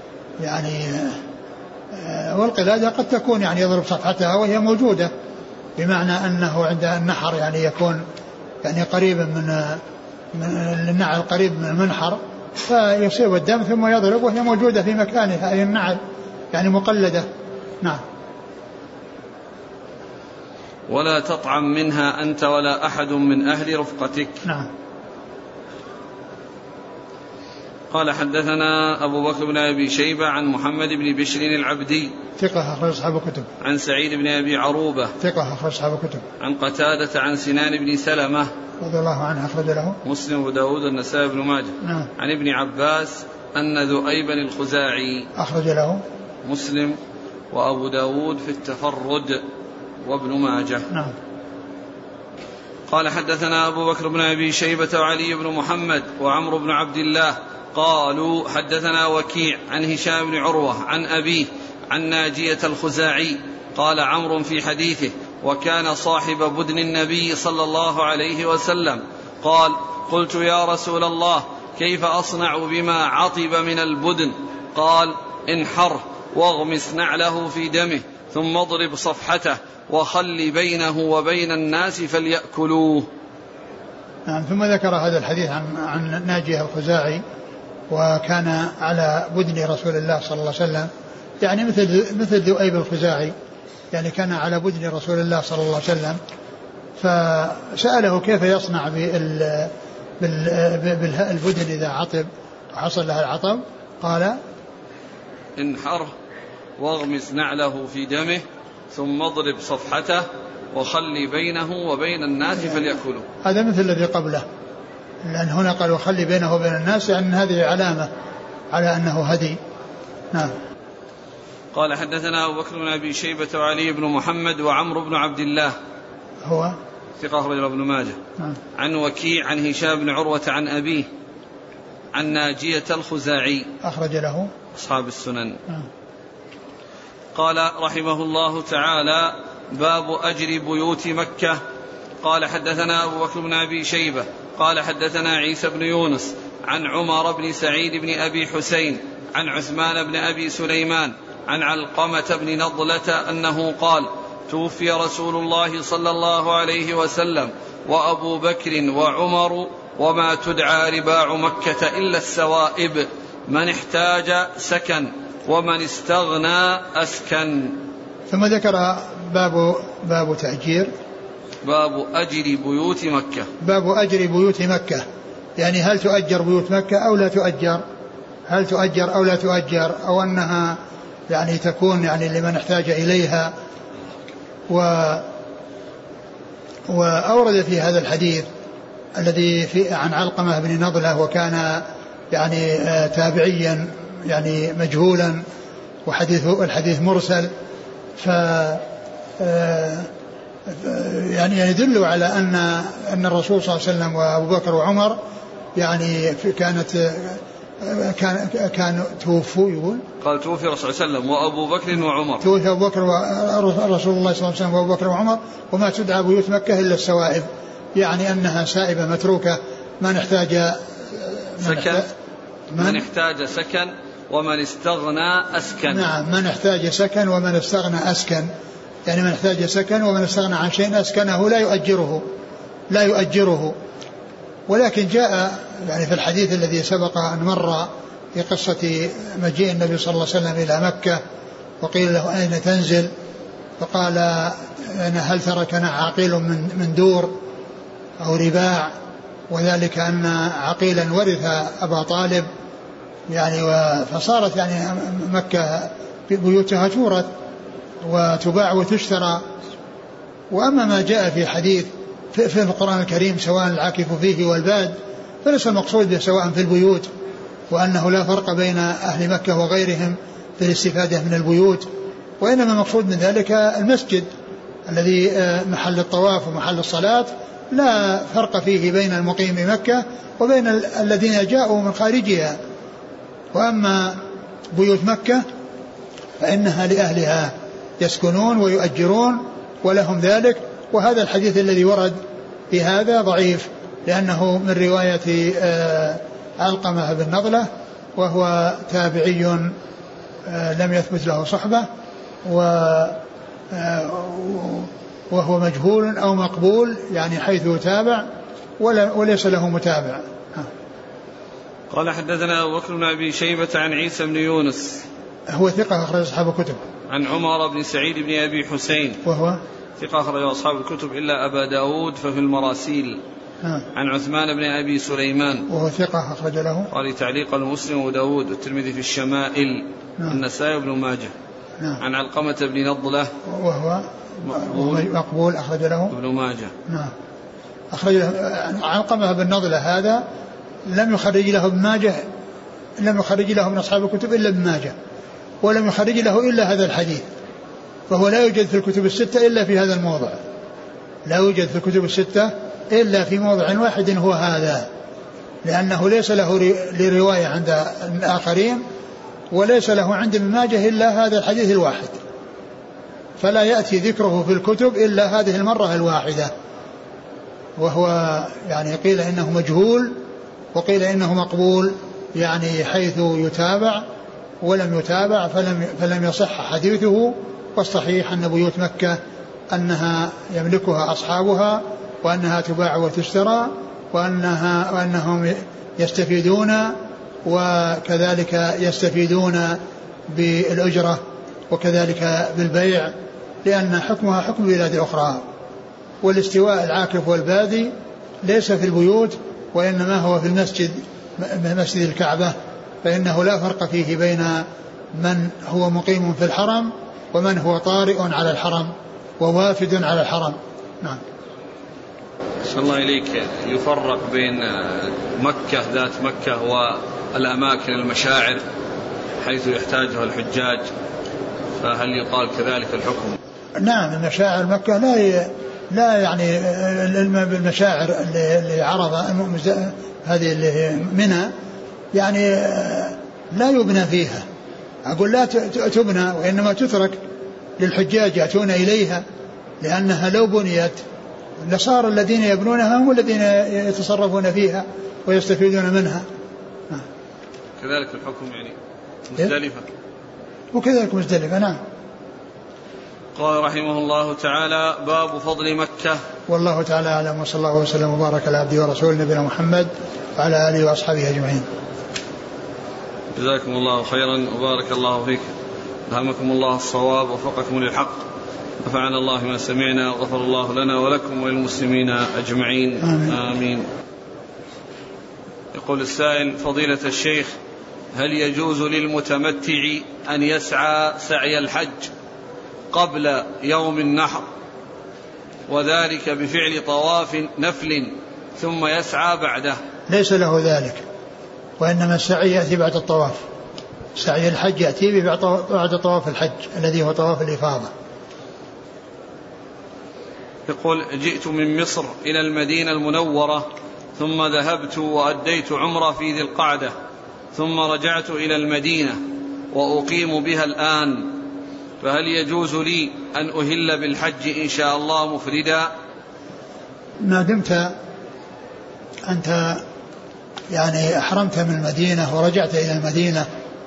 يعني والقلادة قد تكون يعني يضرب صفحتها وهي موجودة، بمعنى أنه عند النحر يعني يكون يعني قريبا من من النعل قريب من المنحر فيصيب الدم ثم يضرب وهي موجودة في مكانها أي النعل يعني مقلدة. نعم. ولا تطعم منها أنت ولا أحد من أهل رفقتك. نعم. قال حدثنا أبو بكر بن أبي شيبة عن محمد بن بشر العبدي ثقة أخرج أصحاب الكتب. عن سعيد بن أبي عروبة ثقة أخرج أصحاب الكتب. عن قتادة عن سنان بن سلمة رضي الله عنه أخرج له مسلم وداود النسائي بن ماجه. نعم. عن ابن عباس أن ذؤيبا الخزاعي أخرج له مسلم وأبو داود في التفرد وابن ماجه. نعم. قال حدثنا أبو بكر بن أبي شيبة وعلي بن محمد وعمرو بن عبد الله قالوا حدثنا وكيع عن هشام بن عروة عن أبيه عن ناجية الخزاعي قال عمرو في حديثه وكان صاحب بدن النبي صلى الله عليه وسلم قال قلت يا رسول الله كيف أصنع بما عطب من البدن؟ قال انحره واغمس نعله في دمه ثم اضرب صفحته وخل بينه وبين الناس فليأكلوه. نعم. ثم ذكر هذا الحديث عن, عن ناجية الخزاعي وكان على بدن رسول الله صلى الله عليه وسلم يعني مثل مثل ذؤيب الخزاعي يعني كان على بدن رسول الله صلى الله عليه وسلم فسأله كيف يصنع بال بالبدن إذا عطب وحصل لها العطب قال انحره واغمس نعله في دمه ثم اضرب صفحته وخلي بينه وبين الناس فليأكلوا. هذا مثل الذي قبله لأن هنا قال وخلي بينه وبين الناس يعني هذه علامة على أنه هدي. نعم. قال حدثنا أبو بكر بن أبي شيبة وعلي بن محمد وعمرو بن عبد الله هو ثقة أخرج له ابن ماجه. نعم. عن وكيع عن هشام بن عروة عن أبيه عن ناجية الخزاعي أخرج له أصحاب السنن. نعم. قال رحمه الله تعالى باب أجر بيوت مكة. قال حدثنا أبو بكر بن أبي شيبة قال حدثنا عيسى بن يونس عن عمر بن سعيد بن أبي حسين عن عثمان بن أبي سليمان عن علقمة بن نضلة أنه قال توفي رسول الله صلى الله عليه وسلم وأبو بكر وعمر وما تدعى رباع مكة إلا السوائب من احتاج سكن ومن استغنى أسكن. ثم ذكر باب باب تأجير باب أجر بيوت مكة باب أجر بيوت مكة يعني هل تؤجر بيوت مكة أو لا تؤجر هل تؤجر أو لا تؤجر أو أنها يعني تكون يعني لمن احتاج إليها. و وأورد في هذا الحديث الذي في عن علقمة بن نضلة وكان يعني تابعيا يعني مجهولا وحديث الحديث مرسل ف يعني يدل على أن أن الرسول صلى الله عليه وسلم وأبو بكر وعمر يعني كانت كان كان توفوا يقول قال توفي الرسول صلى الله عليه وسلم وأبو بكر وعمر توفي أبو بكر ورسول الله صلى الله عليه وسلم وأبو بكر وعمر وما تدعى بيوت مكة إلا السوائب يعني أنها سائبة متروكة من احتاج سكن من, من احتاج سكن ومن استغنى أسكن. نعم من احتاج سكن ومن استغنى أسكن يعني من احتاج سكن ومن استغنى عن شيء أسكنه لا يؤجره لا يؤجره. ولكن جاء يعني في الحديث الذي سبق أن مر في قصة مجيء النبي صلى الله عليه وسلم إلى مكة وقيل له أين تنزل فقال أنا هل تركنا عقيل من من دور أو رباع وذلك أن عقيلا ورث أبا طالب يعني فصارت يعني مكة بيوتها تورث وتباع وتشترى. وأما ما جاء في حديث في, في القرآن الكريم سواء العاكف فيه والباد فليس المقصود به سواء في البيوت وأنه لا فرق بين أهل مكة وغيرهم في الاستفادة من البيوت وإنما المقصود من ذلك المسجد الذي محل الطواف ومحل الصلاة لا فرق فيه بين المقيم بمكة وبين الذين جاءوا من خارجها. وأما بيوت مكة فإنها لأهلها يسكنون ويؤجرون ولهم ذلك. وهذا الحديث الذي ورد في هذا ضعيف لأنه من رواية علقمة بن نضلة وهو تابعي لم يثبت له صحبة وهو مجهول أو مقبول يعني حيث يتابع وليس له متابع. قال حدثنا أبو بكر بن أبي شيبة عن عيسى بن يونس هو ثقة أخرج أصحاب الكتب. عن عمر بن سعيد بن أبي حسين وهو ثقة أخرج أصحاب الكتب إلا أبا داود ففي المراسيل. ها. عن عثمان بن أبي سليمان وهو ثقة أخرج له قال تعليق المسلم وداود والترمذي في الشمائل. النسائي بن ماجه. نعم. عن علقمة بن نضلة وهو مقبول, مقبول أخرج له ابن ماجه. نعم. أخرج له علقمة بن نضلة هذا لم يخرج له ابن ماجه لم يخرج له من أصحاب الكتب إلا ابن ماجه ولم يخرج له إلا هذا الحديث فهو لا يوجد في الكتب الستة إلا في هذا الموضع لا يوجد في الكتب الستة إلا في موضع واحد هو هذا لأنه ليس له لرواية عند الآخرين وليس له عند ابن ماجه إلا هذا الحديث الواحد فلا يأتي ذكره في الكتب إلا هذه المرة الواحدة وهو يعني قيل إنه مجهول وقيل إنه مقبول يعني حيث يتابع ولم يتابع فلم, فلم يصح حديثه والصحيح أن بيوت مكة أنها يملكها أصحابها وأنها تباع وتشترى وأنها وأنهم يستفيدون وكذلك يستفيدون بالأجرة وكذلك بالبيع لأن حكمها حكم بلاد أخرى والاستواء العاكف والبادي ليس في البيوت وإنما هو في المسجد مسجد الكعبة فإنه لا فرق فيه بين من هو مقيم في الحرم ومن هو طارئ على الحرم ووافد على الحرم. نعم. صلى الله إليك يفرق بين مكة ذات مكة والأماكن المشاعر حيث يحتاجها الحجاج فهل يقال كذلك الحكم؟ نعم المشاعر مكة لا ي... لا يعني المشاعر اللي عرض هذه اللي منها يعني لا يبنى فيها أقول لا تبنى وإنما تترك للحجاج يأتون إليها لأنها لو بنيت لصار الذين يبنونها هم الذين يتصرفون فيها ويستفيدون منها. كذلك الحكم يعني مزدلفة وكذلك مزدلفة. نعم. قال رحمه الله تعالى باب فضل مكة. والله تعالى أعلم وصلى الله وسلم وبارك على عبده ورسوله نبينا محمد وعلى آله وأصحابه أجمعين. جزاكم الله خيرا وبارك الله فيك ألهمكم الله الصواب ووفقكم للحق نفعنا الله ما سمعنا وغفر الله لنا ولكم وللمسلمين أجمعين. آمين. آمين. يقول السائل فضيلة الشيخ هل يجوز للمتمتع أن يسعى سعي الحج قبل يوم النحر وذلك بفعل طواف نفل ثم يسعى بعده؟ ليس له ذلك وإنما السعي يأتي بعد الطواف سعي الحج يأتي بعد طواف الحج الذي هو طواف الإفاضة. يقول جئت من مصر إلى المدينة المنورة ثم ذهبت وأديت عمرة في ذي القعدة ثم رجعت إلى المدينة وأقيم بها الآن فهل يجوز لي أن أهل بالحج إن شاء الله مفردا؟ ما دمت أنت يعني أحرمت من المدينة ورجعت إلى المدينة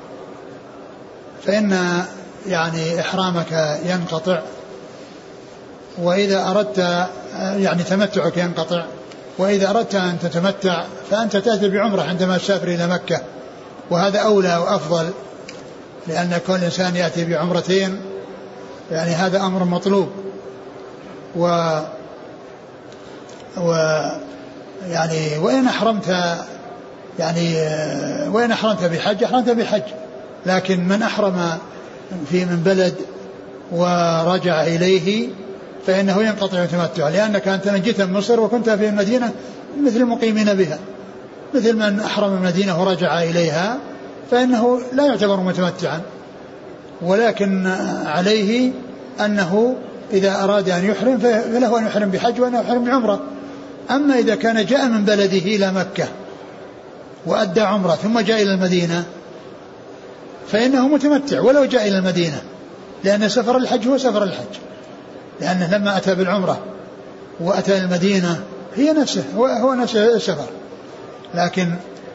فإن يعني إحرامك ينقطع وإذا أردت يعني تمتعك ينقطع وإذا أردت أن تتمتع فأنت تأتي بعمرة عندما تسافر إلى مكة وهذا أولى وأفضل لأن كل إنسان يأتي بعمرتين يعني هذا أمر مطلوب و, و يعني وإن أحرمت يعني وإن أحرمت بحج أحرمت بحج لكن من أحرم في من بلد ورجع إليه فإنه ينقطع التمتع لأنك أنت جئت من مصر وكنت في المدينة مثل المقيمين بها مثل من أحرم المدينة ورجع إليها فإنه لا يعتبر متمتعا ولكن عليه أنه إذا أراد أن يحرم فله أن يحرم بحج وأن يحرم بعمرة. أما إذا كان جاء من بلده إلى مكة وأدى عمرة ثم جاء إلى المدينة فإنه متمتع ولو جاء إلى المدينة لأن سفر الحج هو سفر الحج لأنه لما أتى بالعمرة وأتى المدينة هي نفسه هو نفس السفر لكن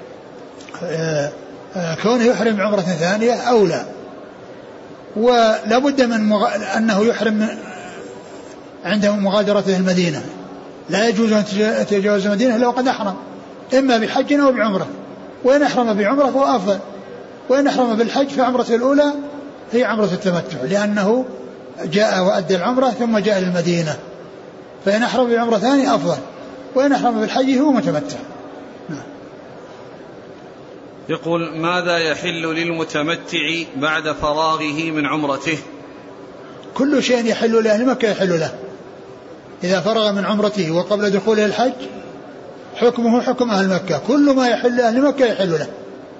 كونه يحرم عمرة ثانية أولى ولا بد من مغ... أنه يحرم عند مغادرته المدينة، لا يجوز أن يتجاوز المدينة إلا وقد أحرم إما بحج أو بعمرة، وإن أحرم بعمرة فهو أفضل، وإن أحرم بالحج فعمرته الأولى هي عمرة التمتع، لأنه جاء وأدى العمرة ثم جاء للمدينة، فإن أحرم بعمرة ثانية أفضل، وإن أحرم بالحج هو متمتع. يقول: ماذا يحل للمتمتع بعد فراغه من عمرته؟ كل شيء يحل لأهل مكة يحل له إذا فرغ من عمرته وقبل دخوله الحج، حكمه حكم أهل مكة، كل ما يحل لأهل مكة يحل له.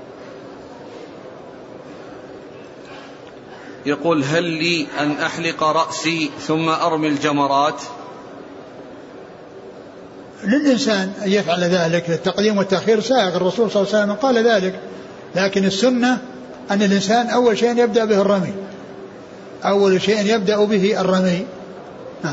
يقول: هل لي أن أحلق رأسي ثم أرمي الجمرات؟ للإنسان أن يفعل ذلك، للتقديم والتأخير سائغ، الرسول صلى الله عليه وسلم قال ذلك، لكن السنة أن الإنسان أول شيء يبدأ به الرمي، أول شيء يبدأ به الرمي. ها.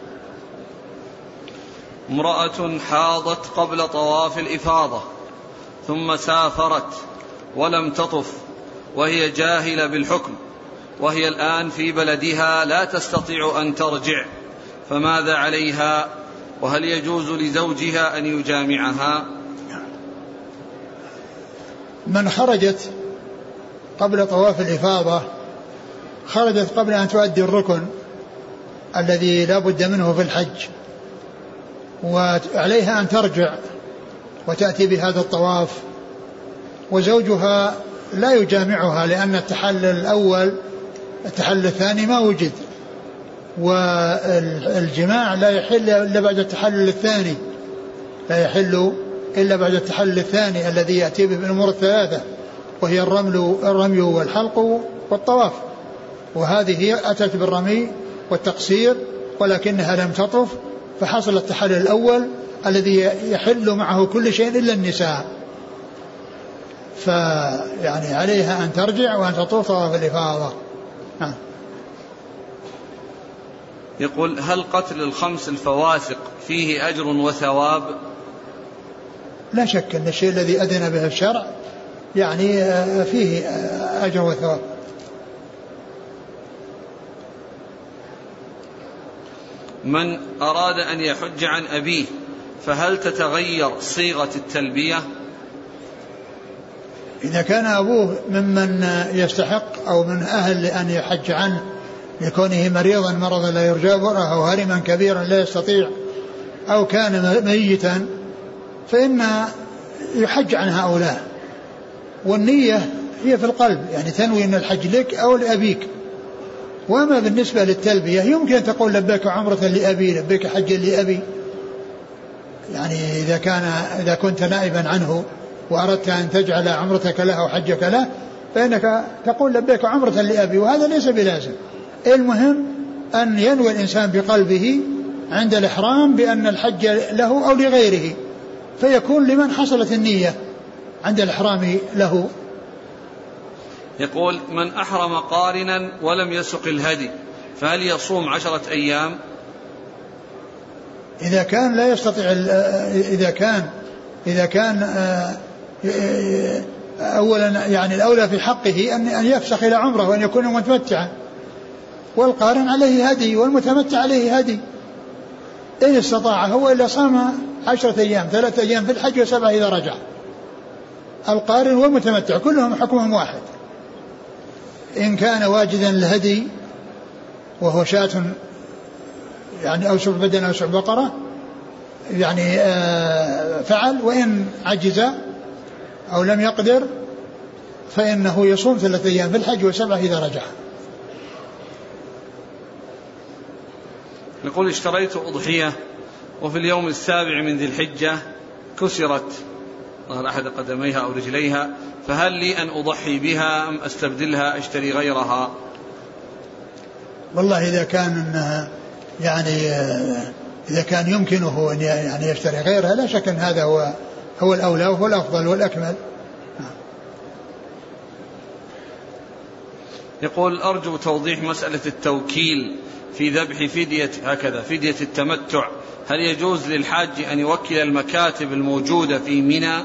امرأة حاضت قبل طواف الإفاضة ثم سافرت ولم تطف وهي جاهلة بالحكم، وهي الآن في بلدها لا تستطيع أن ترجع، فماذا عليها؟ وهل يجوز لزوجها أن يجامعها؟ من خرجت قبل طواف الإفاضة خرجت قبل أن تؤدي الركن الذي لا بد منه في الحج، وعليها أن ترجع وتأتي بهذا الطواف، وزوجها لا يجامعها لأن التحلل الأول التحلل الثاني ما وجد، والجماع لا يحل إلا بعد التحلل الثاني، لا يحل إلا بعد التحلل الثاني الذي يأتي به بالأمور الثلاثة، وهي الرمل الرمي والحلق والطواف، وهذه هي أتت بالرمي والتقصير ولكنها لم تطف، فحصل التحلل الأول الذي يحل معه كل شيء إلا النساء، فيعني عليها أن ترجع وأن تطوف طواف الإفاضة. نعم. يقول: هل قتل الخمس الفواسق فيه أجر وثواب؟ لا شك أن الشيء الذي أذن به الشرع يعني فيه أجر وثواب. من أراد أن يحج عن أبيه فهل تتغير صيغة التلبية؟ إذا كان أبوه ممن يستحق أو من أهل أن يحج عنه لكونه مريضا مرضا لا يرجى برأه، أو هرما كبيرا لا يستطيع، أو كان ميتا، فإن يحج عن هؤلاء، والنية هي في القلب، يعني تنوي أن الحج لك أو لأبيك. وما بالنسبة للتلبية يمكن أن تقول لبيك عمرة لأبي، لبيك حجا لأبي، يعني إذا كان إذا كنت نائبا عنه وأردت أن تجعل عمرتك له أو حجك له فإنك تقول لبيك عمرة لأبي، وهذا ليس بلازم. المهم أن ينوي الإنسان بقلبه عند الإحرام بأن الحج له أو لغيره، فيكون لمن حصلت النية عند الإحرام له. يقول: من أحرم قارنا ولم يسق الهدي فهل يصوم عشرة أيام؟ إذا كان لا يستطيع، إذا كان إذا كان أولا يعني الأولى في حقه أن يفسخ إلى عمره وأن يكون متمتعا، والقارن عليه هدي والمتمتع عليه هدي، إن استطاع هو إلا صام عشرة أيام، ثلاثة أيام في الحج وسبعة إذا رجع. القارن والمتمتع كلهم حكمهم واحد، إن كان واجدا الهدي وهو شاة يعني أو سبع بدن أو سبع بقرة يعني فعل، وإن عجز أو لم يقدر فإنه يصوم ثلاثة أيام في الحج وسبعة إذا رجع. يقول: اشتريت أضحية وفي اليوم السابع من ذي الحجة كسرت ظهر أحد قدميها أو رجليها، فهل لي أن أضحي بها أم أستبدلها أشتري غيرها؟ والله إذا كان إنها يعني إذا كان يمكنه أن يعني يشتري غيرها لا شك أن هذا هو هو الأولى وهو الأفضل والأكمل. يقول: أرجو توضيح مسألة التوكيل في ذبح فدية هكذا فدية التمتع، هل يجوز للحاج أن يوكل المكاتب الموجودة في منى؟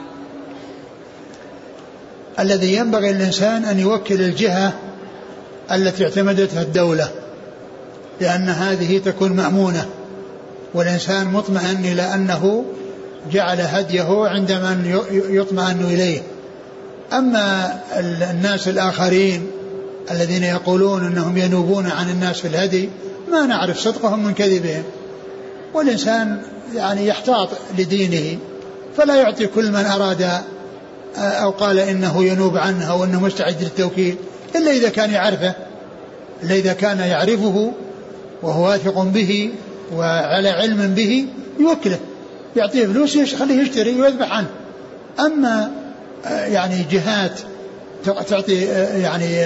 الذي ينبغي الإنسان أن يوكل الجهة التي اعتمدتها الدولة، لأن هذه تكون مأمونة، والإنسان مطمئن إلى أنه جعل هديه عند من يطمئن إليه. أما الناس الآخرين الذين يقولون أنهم ينوبون عن الناس في الهدي ما نعرف صدقهم من كذبهم، والإنسان يعني يحتاط لدينه فلا يعطي كل من أراد أو قال إنه ينوب عنه أو أنه مستعد للتوكيل إلا إذا كان يعرفه، إلا إذا كان يعرفه وهو واثق به وعلى علم به يوكله، يعطيه فلوس يخليه يشتري ويذبح عنه. أما يعني جهات تعطي يعني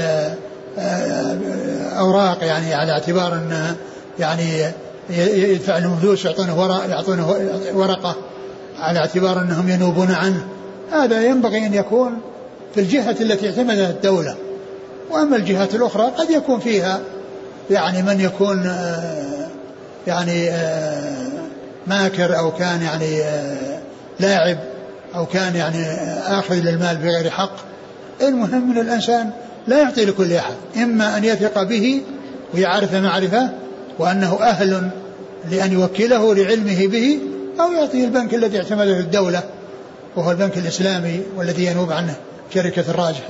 أوراق يعني على اعتبار أنها يعني يدفع لهم فلوس يعطونه ورق يعطونه ورقة على اعتبار أنهم ينوبون عنه، هذا ينبغي أن يكون في الجهة التي اعتمدها الدولة. وأما الجهات الأخرى قد يكون فيها يعني من يكون يعني ماكر أو كان يعني لاعب أو كان يعني آخذ للمال بغير حق. المهم من الإنسان لا يعطي لكل أحد، إما أن يثق به ويعرف معرفة وأنه أهل لأن يوكله لعلمه به، أو يعطيه البنك الذي اعتمده الدولة وهو البنك الإسلامي والذي ينوب عنه شركة الراجحي.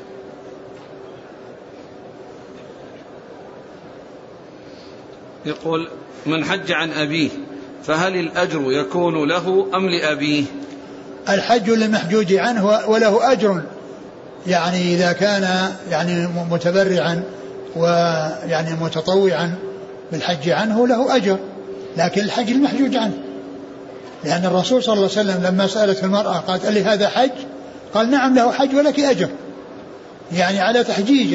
يقول: من حج عن أبيه فهل الأجر يكون له أم لأبيه؟ الحج للمحجوج عنه وله أجر، يعني إذا كان يعني متبرعا ويعني متطوعا بالحج عنه له أجر، لكن الحج المحجوج عنه، لأن الرسول صلى الله عليه وسلم لما سألت المرأة قالت: قال لي هذا حج؟ قال: نعم له حج ولك أجر، يعني على تحجيجه.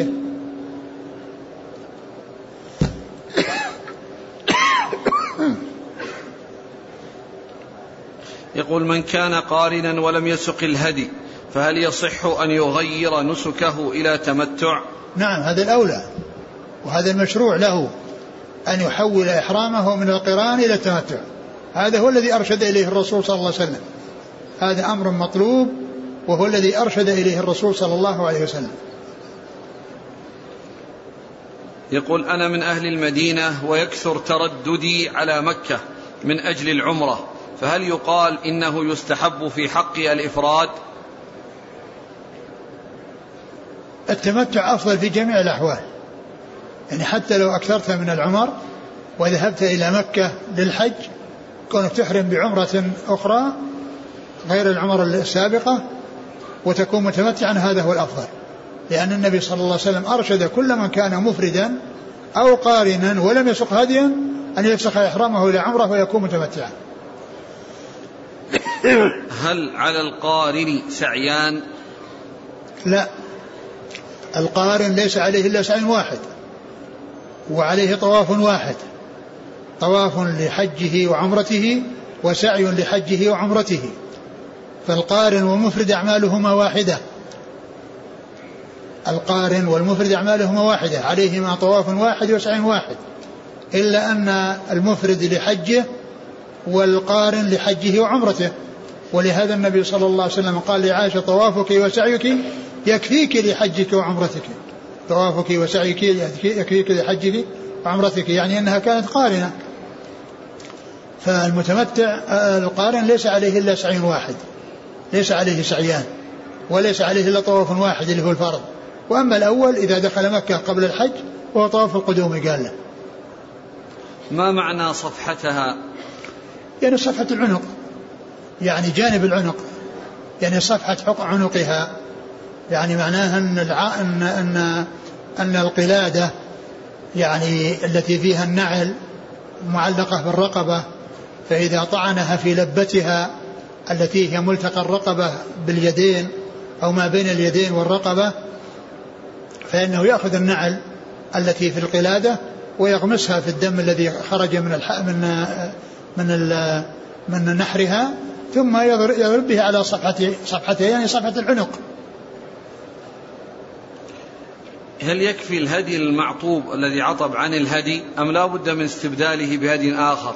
يقول: من كان قارنا ولم يسق الهدي فهل يصح أن يغير نسكه إلى تمتع؟ نعم، هذا الأولى وهذا المشروع له، أن يحول إحرامه من القران إلى التمتع، هذا هو الذي أرشد إليه الرسول صلى الله عليه وسلم، هذا أمر مطلوب وهو الذي أرشد إليه الرسول صلى الله عليه وسلم. يقول: أنا من أهل المدينة ويكثر ترددي على مكة من أجل العمرة، فهل يقال إنه يستحب في حقي الإفراد؟ التمتع أفضل في جميع الأحوال، يعني حتى لو أكثرت من العمر وذهبت إلى مكة للحج كونك تحرم بعمرة أخرى غير العمر السابقة وتكون متمتعا، هذا هو الأفضل، لأن النبي صلى الله عليه وسلم أرشد كل من كان مفردا أو قارنا ولم يسق هديا أن يفسخ إحرامه إلى عمره ويكون متمتعا. هل على القارن سعيان؟ لا، القارن ليس عليه إلا سعي واحد وعليه طواف واحد، طواف لحجه وعمرته وسعي لحجه وعمرته، فالقارن والمفرد أعمالهما واحدة، القارن والمفرد أعمالهما واحدة، عليهما طواف واحد وسعي واحد، إلا أن المفرد لحجه والقارن لحجه وعمرته. ولهذا النبي صلى الله عليه وسلم قال لعائشة: طوافك وسعيك يكفيك لحجك وعمرتك، طوافك وسعيك يكفيك لحجك وعمرتك، يعني أنها كانت قارنة. فالمتمتع القارن ليس عليه إلا سعي واحد، ليس عليه سعيان وليس عليه إلا طواف واحد اللي هو الفرض. وأما الأول إذا دخل مكة قبل الحج وهو طواف القدوم قال له. ما معنى صفحتها؟ يعني صفحة العنق، يعني جانب العنق، يعني صفحة عنقها، يعني معناها أن, الع... أن... أن... أن القلادة يعني التي فيها النعل معلقة بالرقبة، فإذا طعنها في لبتها التي هي ملتقى الرقبة باليدين أو ما بين اليدين والرقبة، فإنه يأخذ النعل التي في القلادة ويغمسها في الدم الذي خرج من الح... من من ال... من نحرها، ثم يضرب به على صفحة صفحتها، يعني صفحة العنق. هل يكفي الهدي المعطوب الذي عطب عن الهدي أم لا بد من استبداله بهدي آخر؟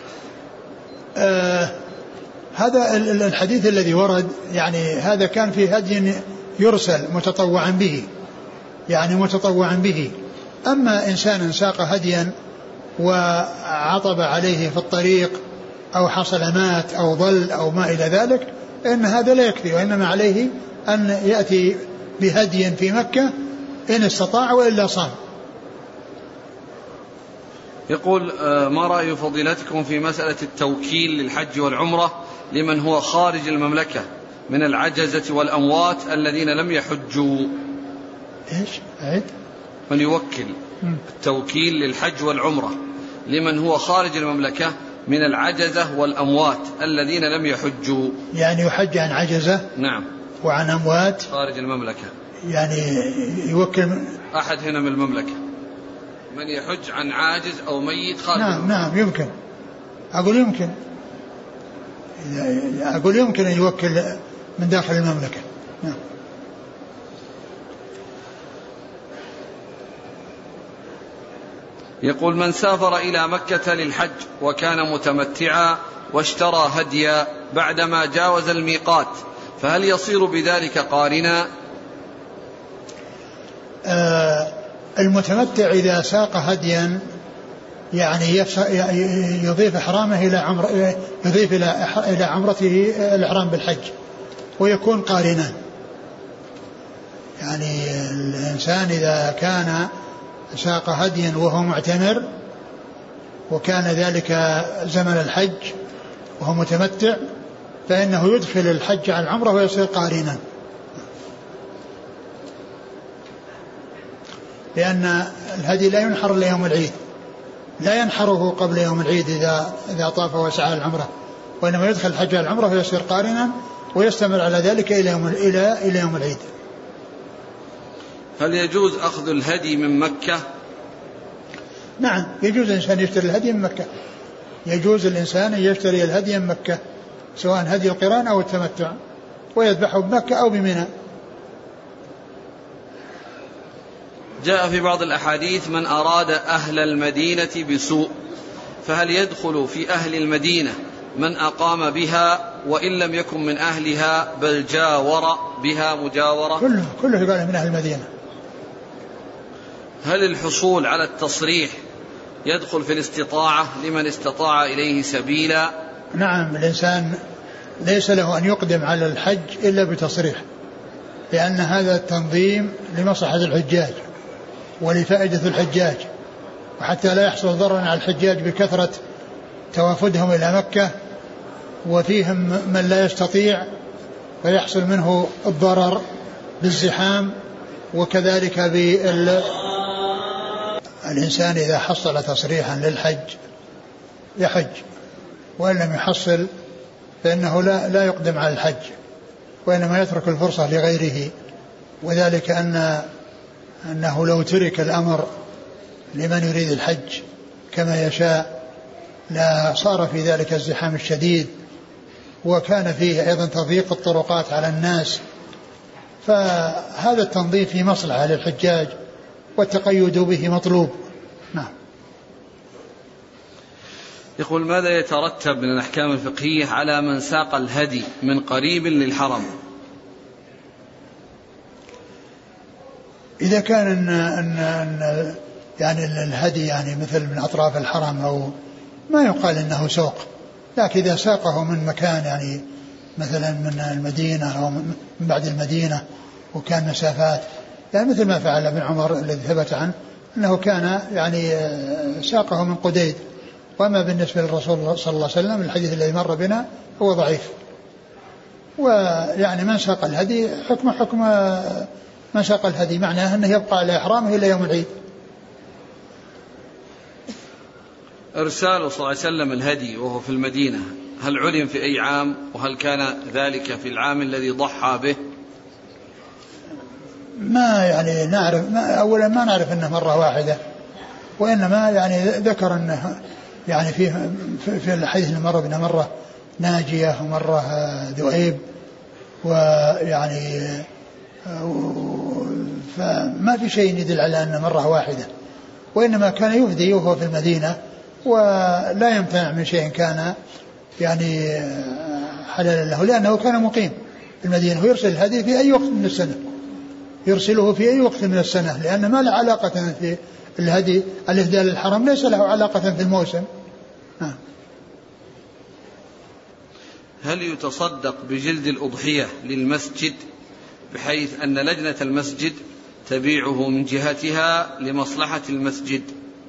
آه هذا الحديث الذي ورد يعني هذا كان في هدي يرسل متطوعا به، يعني متطوعا به. أما إنسان ساق هديا وعطب عليه في الطريق أو حصل مات أو ضل أو ما إلى ذلك، إن هذا لا يكفي، وإنما عليه أن يأتي بهدي في مكة إن استطاع وإلا صام. يقول ما رأي فضيلتكم في مسألة التوكيل للحج والعمرة لمن هو خارج المملكة من العجزة والأموات الذين لم يحجوا؟ إيش؟ أعيد؟ من يوكل التوكيل للحج والعمرة لمن هو خارج المملكة من العجزة والأموات الذين لم يحجوا. يعني يحج عن عجزة نعم وعن أموات خارج المملكة، يعني يوكل أحد هنا من المملكة من يحج عن عاجز أو ميت خارج نعم المملكة. نعم يمكن، أقول يمكن أقول يمكن أن يوكل من داخل المملكة. نعم. يقول من سافر إلى مكة للحج وكان متمتعا واشترى هديا بعدما جاوز الميقات فهل يصير بذلك قارنا؟ آه المتمتع إذا ساق هديا يعني يضيف إحرامه إلى عمر يضيف إلى عمرته الإحرام بالحج ويكون قارنا. يعني الإنسان إذا كان ساق هديا وهو معتمر وكان ذلك زمن الحج وهو متمتع فإنه يدخل الحج على العمرة ويصير قارنا، لأن الهدي لا ينحر إلا يوم العيد، لا ينحره قبل يوم العيد إذا إذا طاف وسعى العمرة، وإنما يدخل الحج على العمرة ويصير قارنا ويستمر على ذلك إلى يوم إلى إلى يوم العيد. هل يجوز أخذ الهدي من مكة؟ نعم يجوز الإنسان يشتري الهدي من مكة، يجوز الإنسان أن يشتري الهدي من مكة سواء هدي القران أو التمتع ويذبحه بمكة أو بمنى. جاء في بعض الأحاديث من أراد أهل المدينة بسوء فهل يدخل في أهل المدينة من أقام بها وإن لم يكن من أهلها بل جاور بها مجاورة؟ كله كله يقال من أهل المدينة. هل الحصول على التصريح يدخل في الاستطاعة لمن استطاع إليه سبيلا؟ نعم الإنسان ليس له أن يقدم على الحج إلا بتصريح، لأن هذا التنظيم لمصلحة الحجاج ولفائدة الحجاج، وحتى لا يحصل ضرر على الحجاج بكثرة توافدهم إلى مكة وفيهم من لا يستطيع فيحصل منه الضرر بالزحام. وكذلك بالإنسان إذا حصل تصريحا للحج يحج، وإن لم يحصل فإنه لا, لا يقدم على الحج وإنما يترك الفرصة لغيره، وذلك أن أنه لو ترك الأمر لمن يريد الحج كما يشاء لا صار في ذلك الزحام الشديد وكان فيه أيضا تضييق الطرقات على الناس. فهذا التنظيم في مصلحة للحجاج والتقيد به مطلوب. نعم. يقول ماذا يترتب من الأحكام الفقهية على من ساق الهدي من قريب للحرم؟ إذا كان إن إن إن يعني الهدي يعني مثل من أطراف الحرم أو ما يقال إنه سوق، لكن إذا ساقه من مكان يعني مثلا من المدينة أو من بعد المدينة وكان مسافات، يعني مثل ما فعل ابن عمر الذي ثبت عنه أنه كان يعني ساقه من قديد. وما بالنسبة للرسول صلى الله عليه وسلم الحديث الذي مر بنا هو ضعيف. ويعني من ساق الهدي حكم حكم من ساق الهدي، معناه أنه يبقى على إحرامه إلى يوم العيد. إرسال صلى الله عليه وسلم الهدي وهو في المدينة هل علم في أي عام؟ وهل كان ذلك في العام الذي ضحى به؟ ما يعني نعرف، ما أولا ما نعرف أنه مرة واحدة، وإنما يعني ذكر أنه يعني فيه في الحديث اللي مر بنا مرة ناجية ومرة ذؤيب، ويعني فما في شيء يدل على أنه مرة واحدة، وإنما كان يهدي وهو في المدينة ولا يمتنع من شيء كان يعني حلالا له، لأنه كان مقيم في المدينة ويرسل الهدي في أي وقت من السنة، يرسله في أي وقت من السنة، لأن ما له علاقة في الهدي الإهداء للحرم ليس له علاقة في الموسم. آه. هل يتصدق بجلد الأضحية للمسجد بحيث أن لجنة المسجد تبيعه من جهتها لمصلحة المسجد؟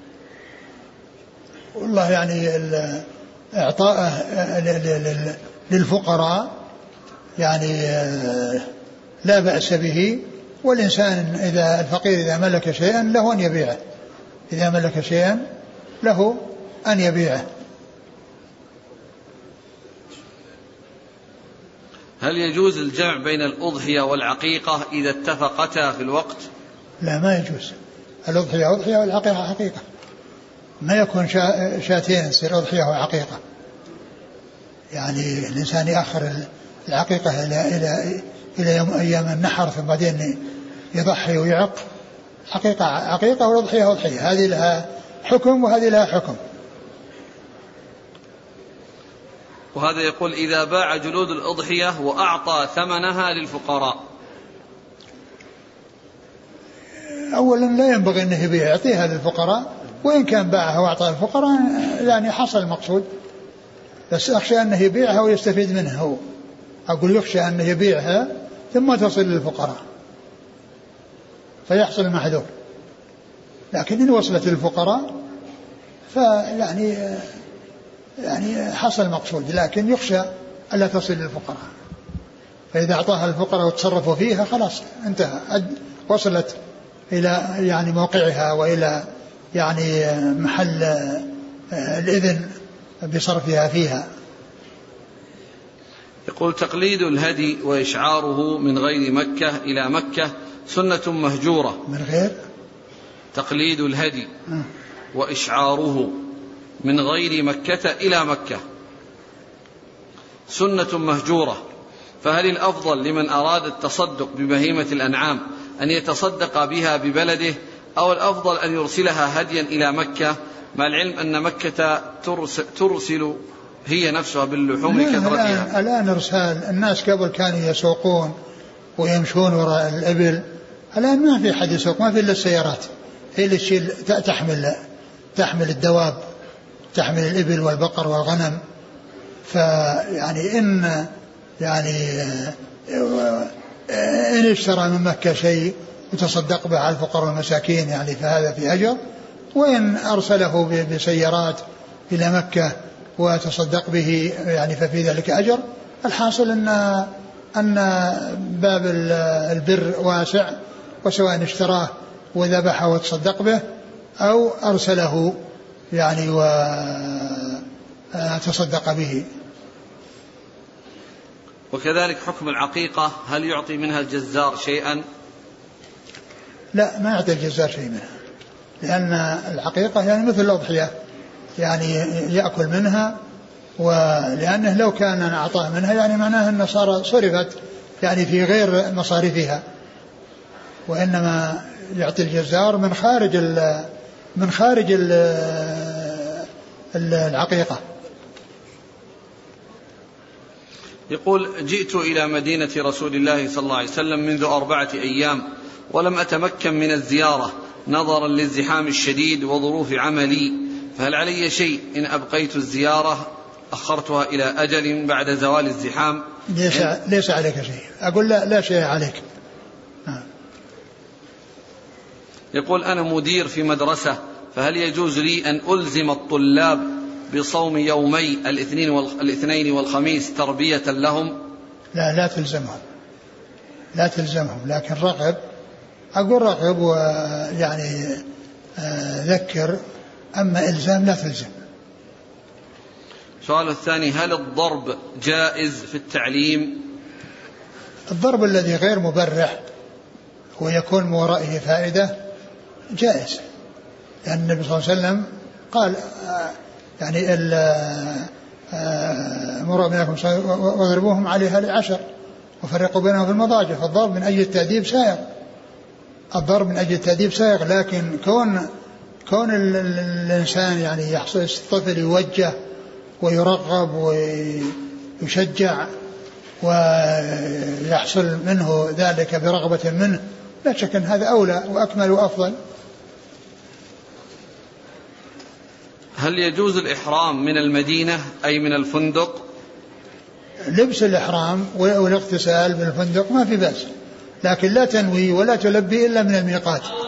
والله يعني إعطاءه للفقراء يعني لا بأس به، والإنسان إذا الفقير إذا ملك شيئا له أن يبيعه، إذا ملك شيئا له أن يبيعه. هل يجوز الجمع بين الأضحية والعقيقة إذا اتفقتا في الوقت؟ لا، ما يجوز. الأضحية أضحية والعقيقة حقيقة، ما يكون شاتين تصير أضحية وعقيقة. يعني الإنسان يأخر العقيقة إلى إلى إلى يوم أيام النحر ثم بعدين يضحي ويعق. عقيقة عقيقة والأضحية أضحية، هذه لها حكم وهذه لها حكم. وهذا يقول إذا باع جلود الأضحية وأعطى ثمنها للفقراء. أولا لا ينبغي أنه يبيع، يعطيها للفقراء، وإن كان باعها وأعطاها للفقراء يعني حصل المقصود، بس أخشى أنه يبيعها ويستفيد منها هو. أقول يخشى أنه يبيعها ثم تصل للفقراء فيحصل المحذور، لكن إن وصلت للفقراء فيعني يعني حصل المقصود، لكن يخشى ألا تصل للفقراء. فإذا أعطاها الفقراء وتصرفوا فيها خلاص انتهى، وصلت إلى يعني موقعها وإلى يعني محل الإذن بصرفها فيها. يقول تقليد الهدي وإشعاره من غير مكة إلى مكة سنة مهجورة. من غير تقليد الهدي وإشعاره من غير مكة إلى مكة سنة مهجورة، فهل الأفضل لمن أراد التصدق ببهيمة الأنعام أن يتصدق بها ببلده، أو الأفضل أن يرسلها هديا إلى مكة، مع العلم أن مكة ترسل هي نفسها باللحوم لكثرتها؟ الآن, الآن إرسال الناس قبل كانوا يسوقون ويمشون وراء الإبل، الآن ما في حد يسوق، ما في إلا السيارات هي اللي تشيل تحمل تحمل الدواب، تحمل الإبل والبقر والغنم. فيعني إن يعني إن اشترى من مكة شيء وتصدق به على الفقراء والمساكين يعني فهذا في أجر، وإن أرسله بسيارات إلى مكة وتصدق به يعني ففي ذلك أجر. الحاصل أن أن باب البر واسع، وسواء اشتراه وذبحه وتصدق به أو أرسله يعني وتصدق به. وكذلك حكم العقيقة، هل يعطي منها الجزار شيئا؟ لا، ما يعطي الجزار شيء منها، لأن العقيقة يعني مثل الأضحية يعني يأكل منها، ولأنه لو كان أعطاه منها يعني معناه أن صار صرفت يعني في غير مصاريفها، وإنما يعطي الجزار من خارج ال من خارج ال العقيقة. يقول جئت إلى مدينة رسول الله صلى الله عليه وسلم منذ أربعة أيام ولم أتمكن من الزيارة نظرا للزحام الشديد وظروف عملي، فهل علي شيء إن أبقيت الزيارة أخرتها إلى أجل بعد زوال الزحام؟ ليس, ليس عليك شيء، أقول لا, لا شيء عليك. آه. يقول أنا مدير في مدرسة، فهل يجوز لي أن ألزم الطلاب بصوم يومي الاثنين والخميس تربية لهم؟ لا لا تلزمهم، لا تلزمهم، لكن رغب، أقول رغب ويعني آه ذكر، أما إلزام لا تلزم. السؤال الثاني، هل الضرب جائز في التعليم؟ الضرب الذي غير مبرح ويكون من ورائه فائدة جائز، لأن النبي صلى الله عليه وسلم قال آه يعني مروا ابنائكم واضربوهم عليها لعشر وفرقوا بينهم في المضاجع. فالضرب من أجل التأديب سائغ، الضرب من أجل التأديب سائغ، لكن كون كون الإنسان يعني يحصل الطفل يوجه ويرغب ويشجع ويحصل منه ذلك برغبة منه، لا شك أن هذا أولى وأكمل وأفضل. هل يجوز الإحرام من المدينة أي من الفندق؟ لبس الإحرام والاغتسال بالفندق ما في بأس، لكن لا تنوي ولا تلبي إلا من الميقات.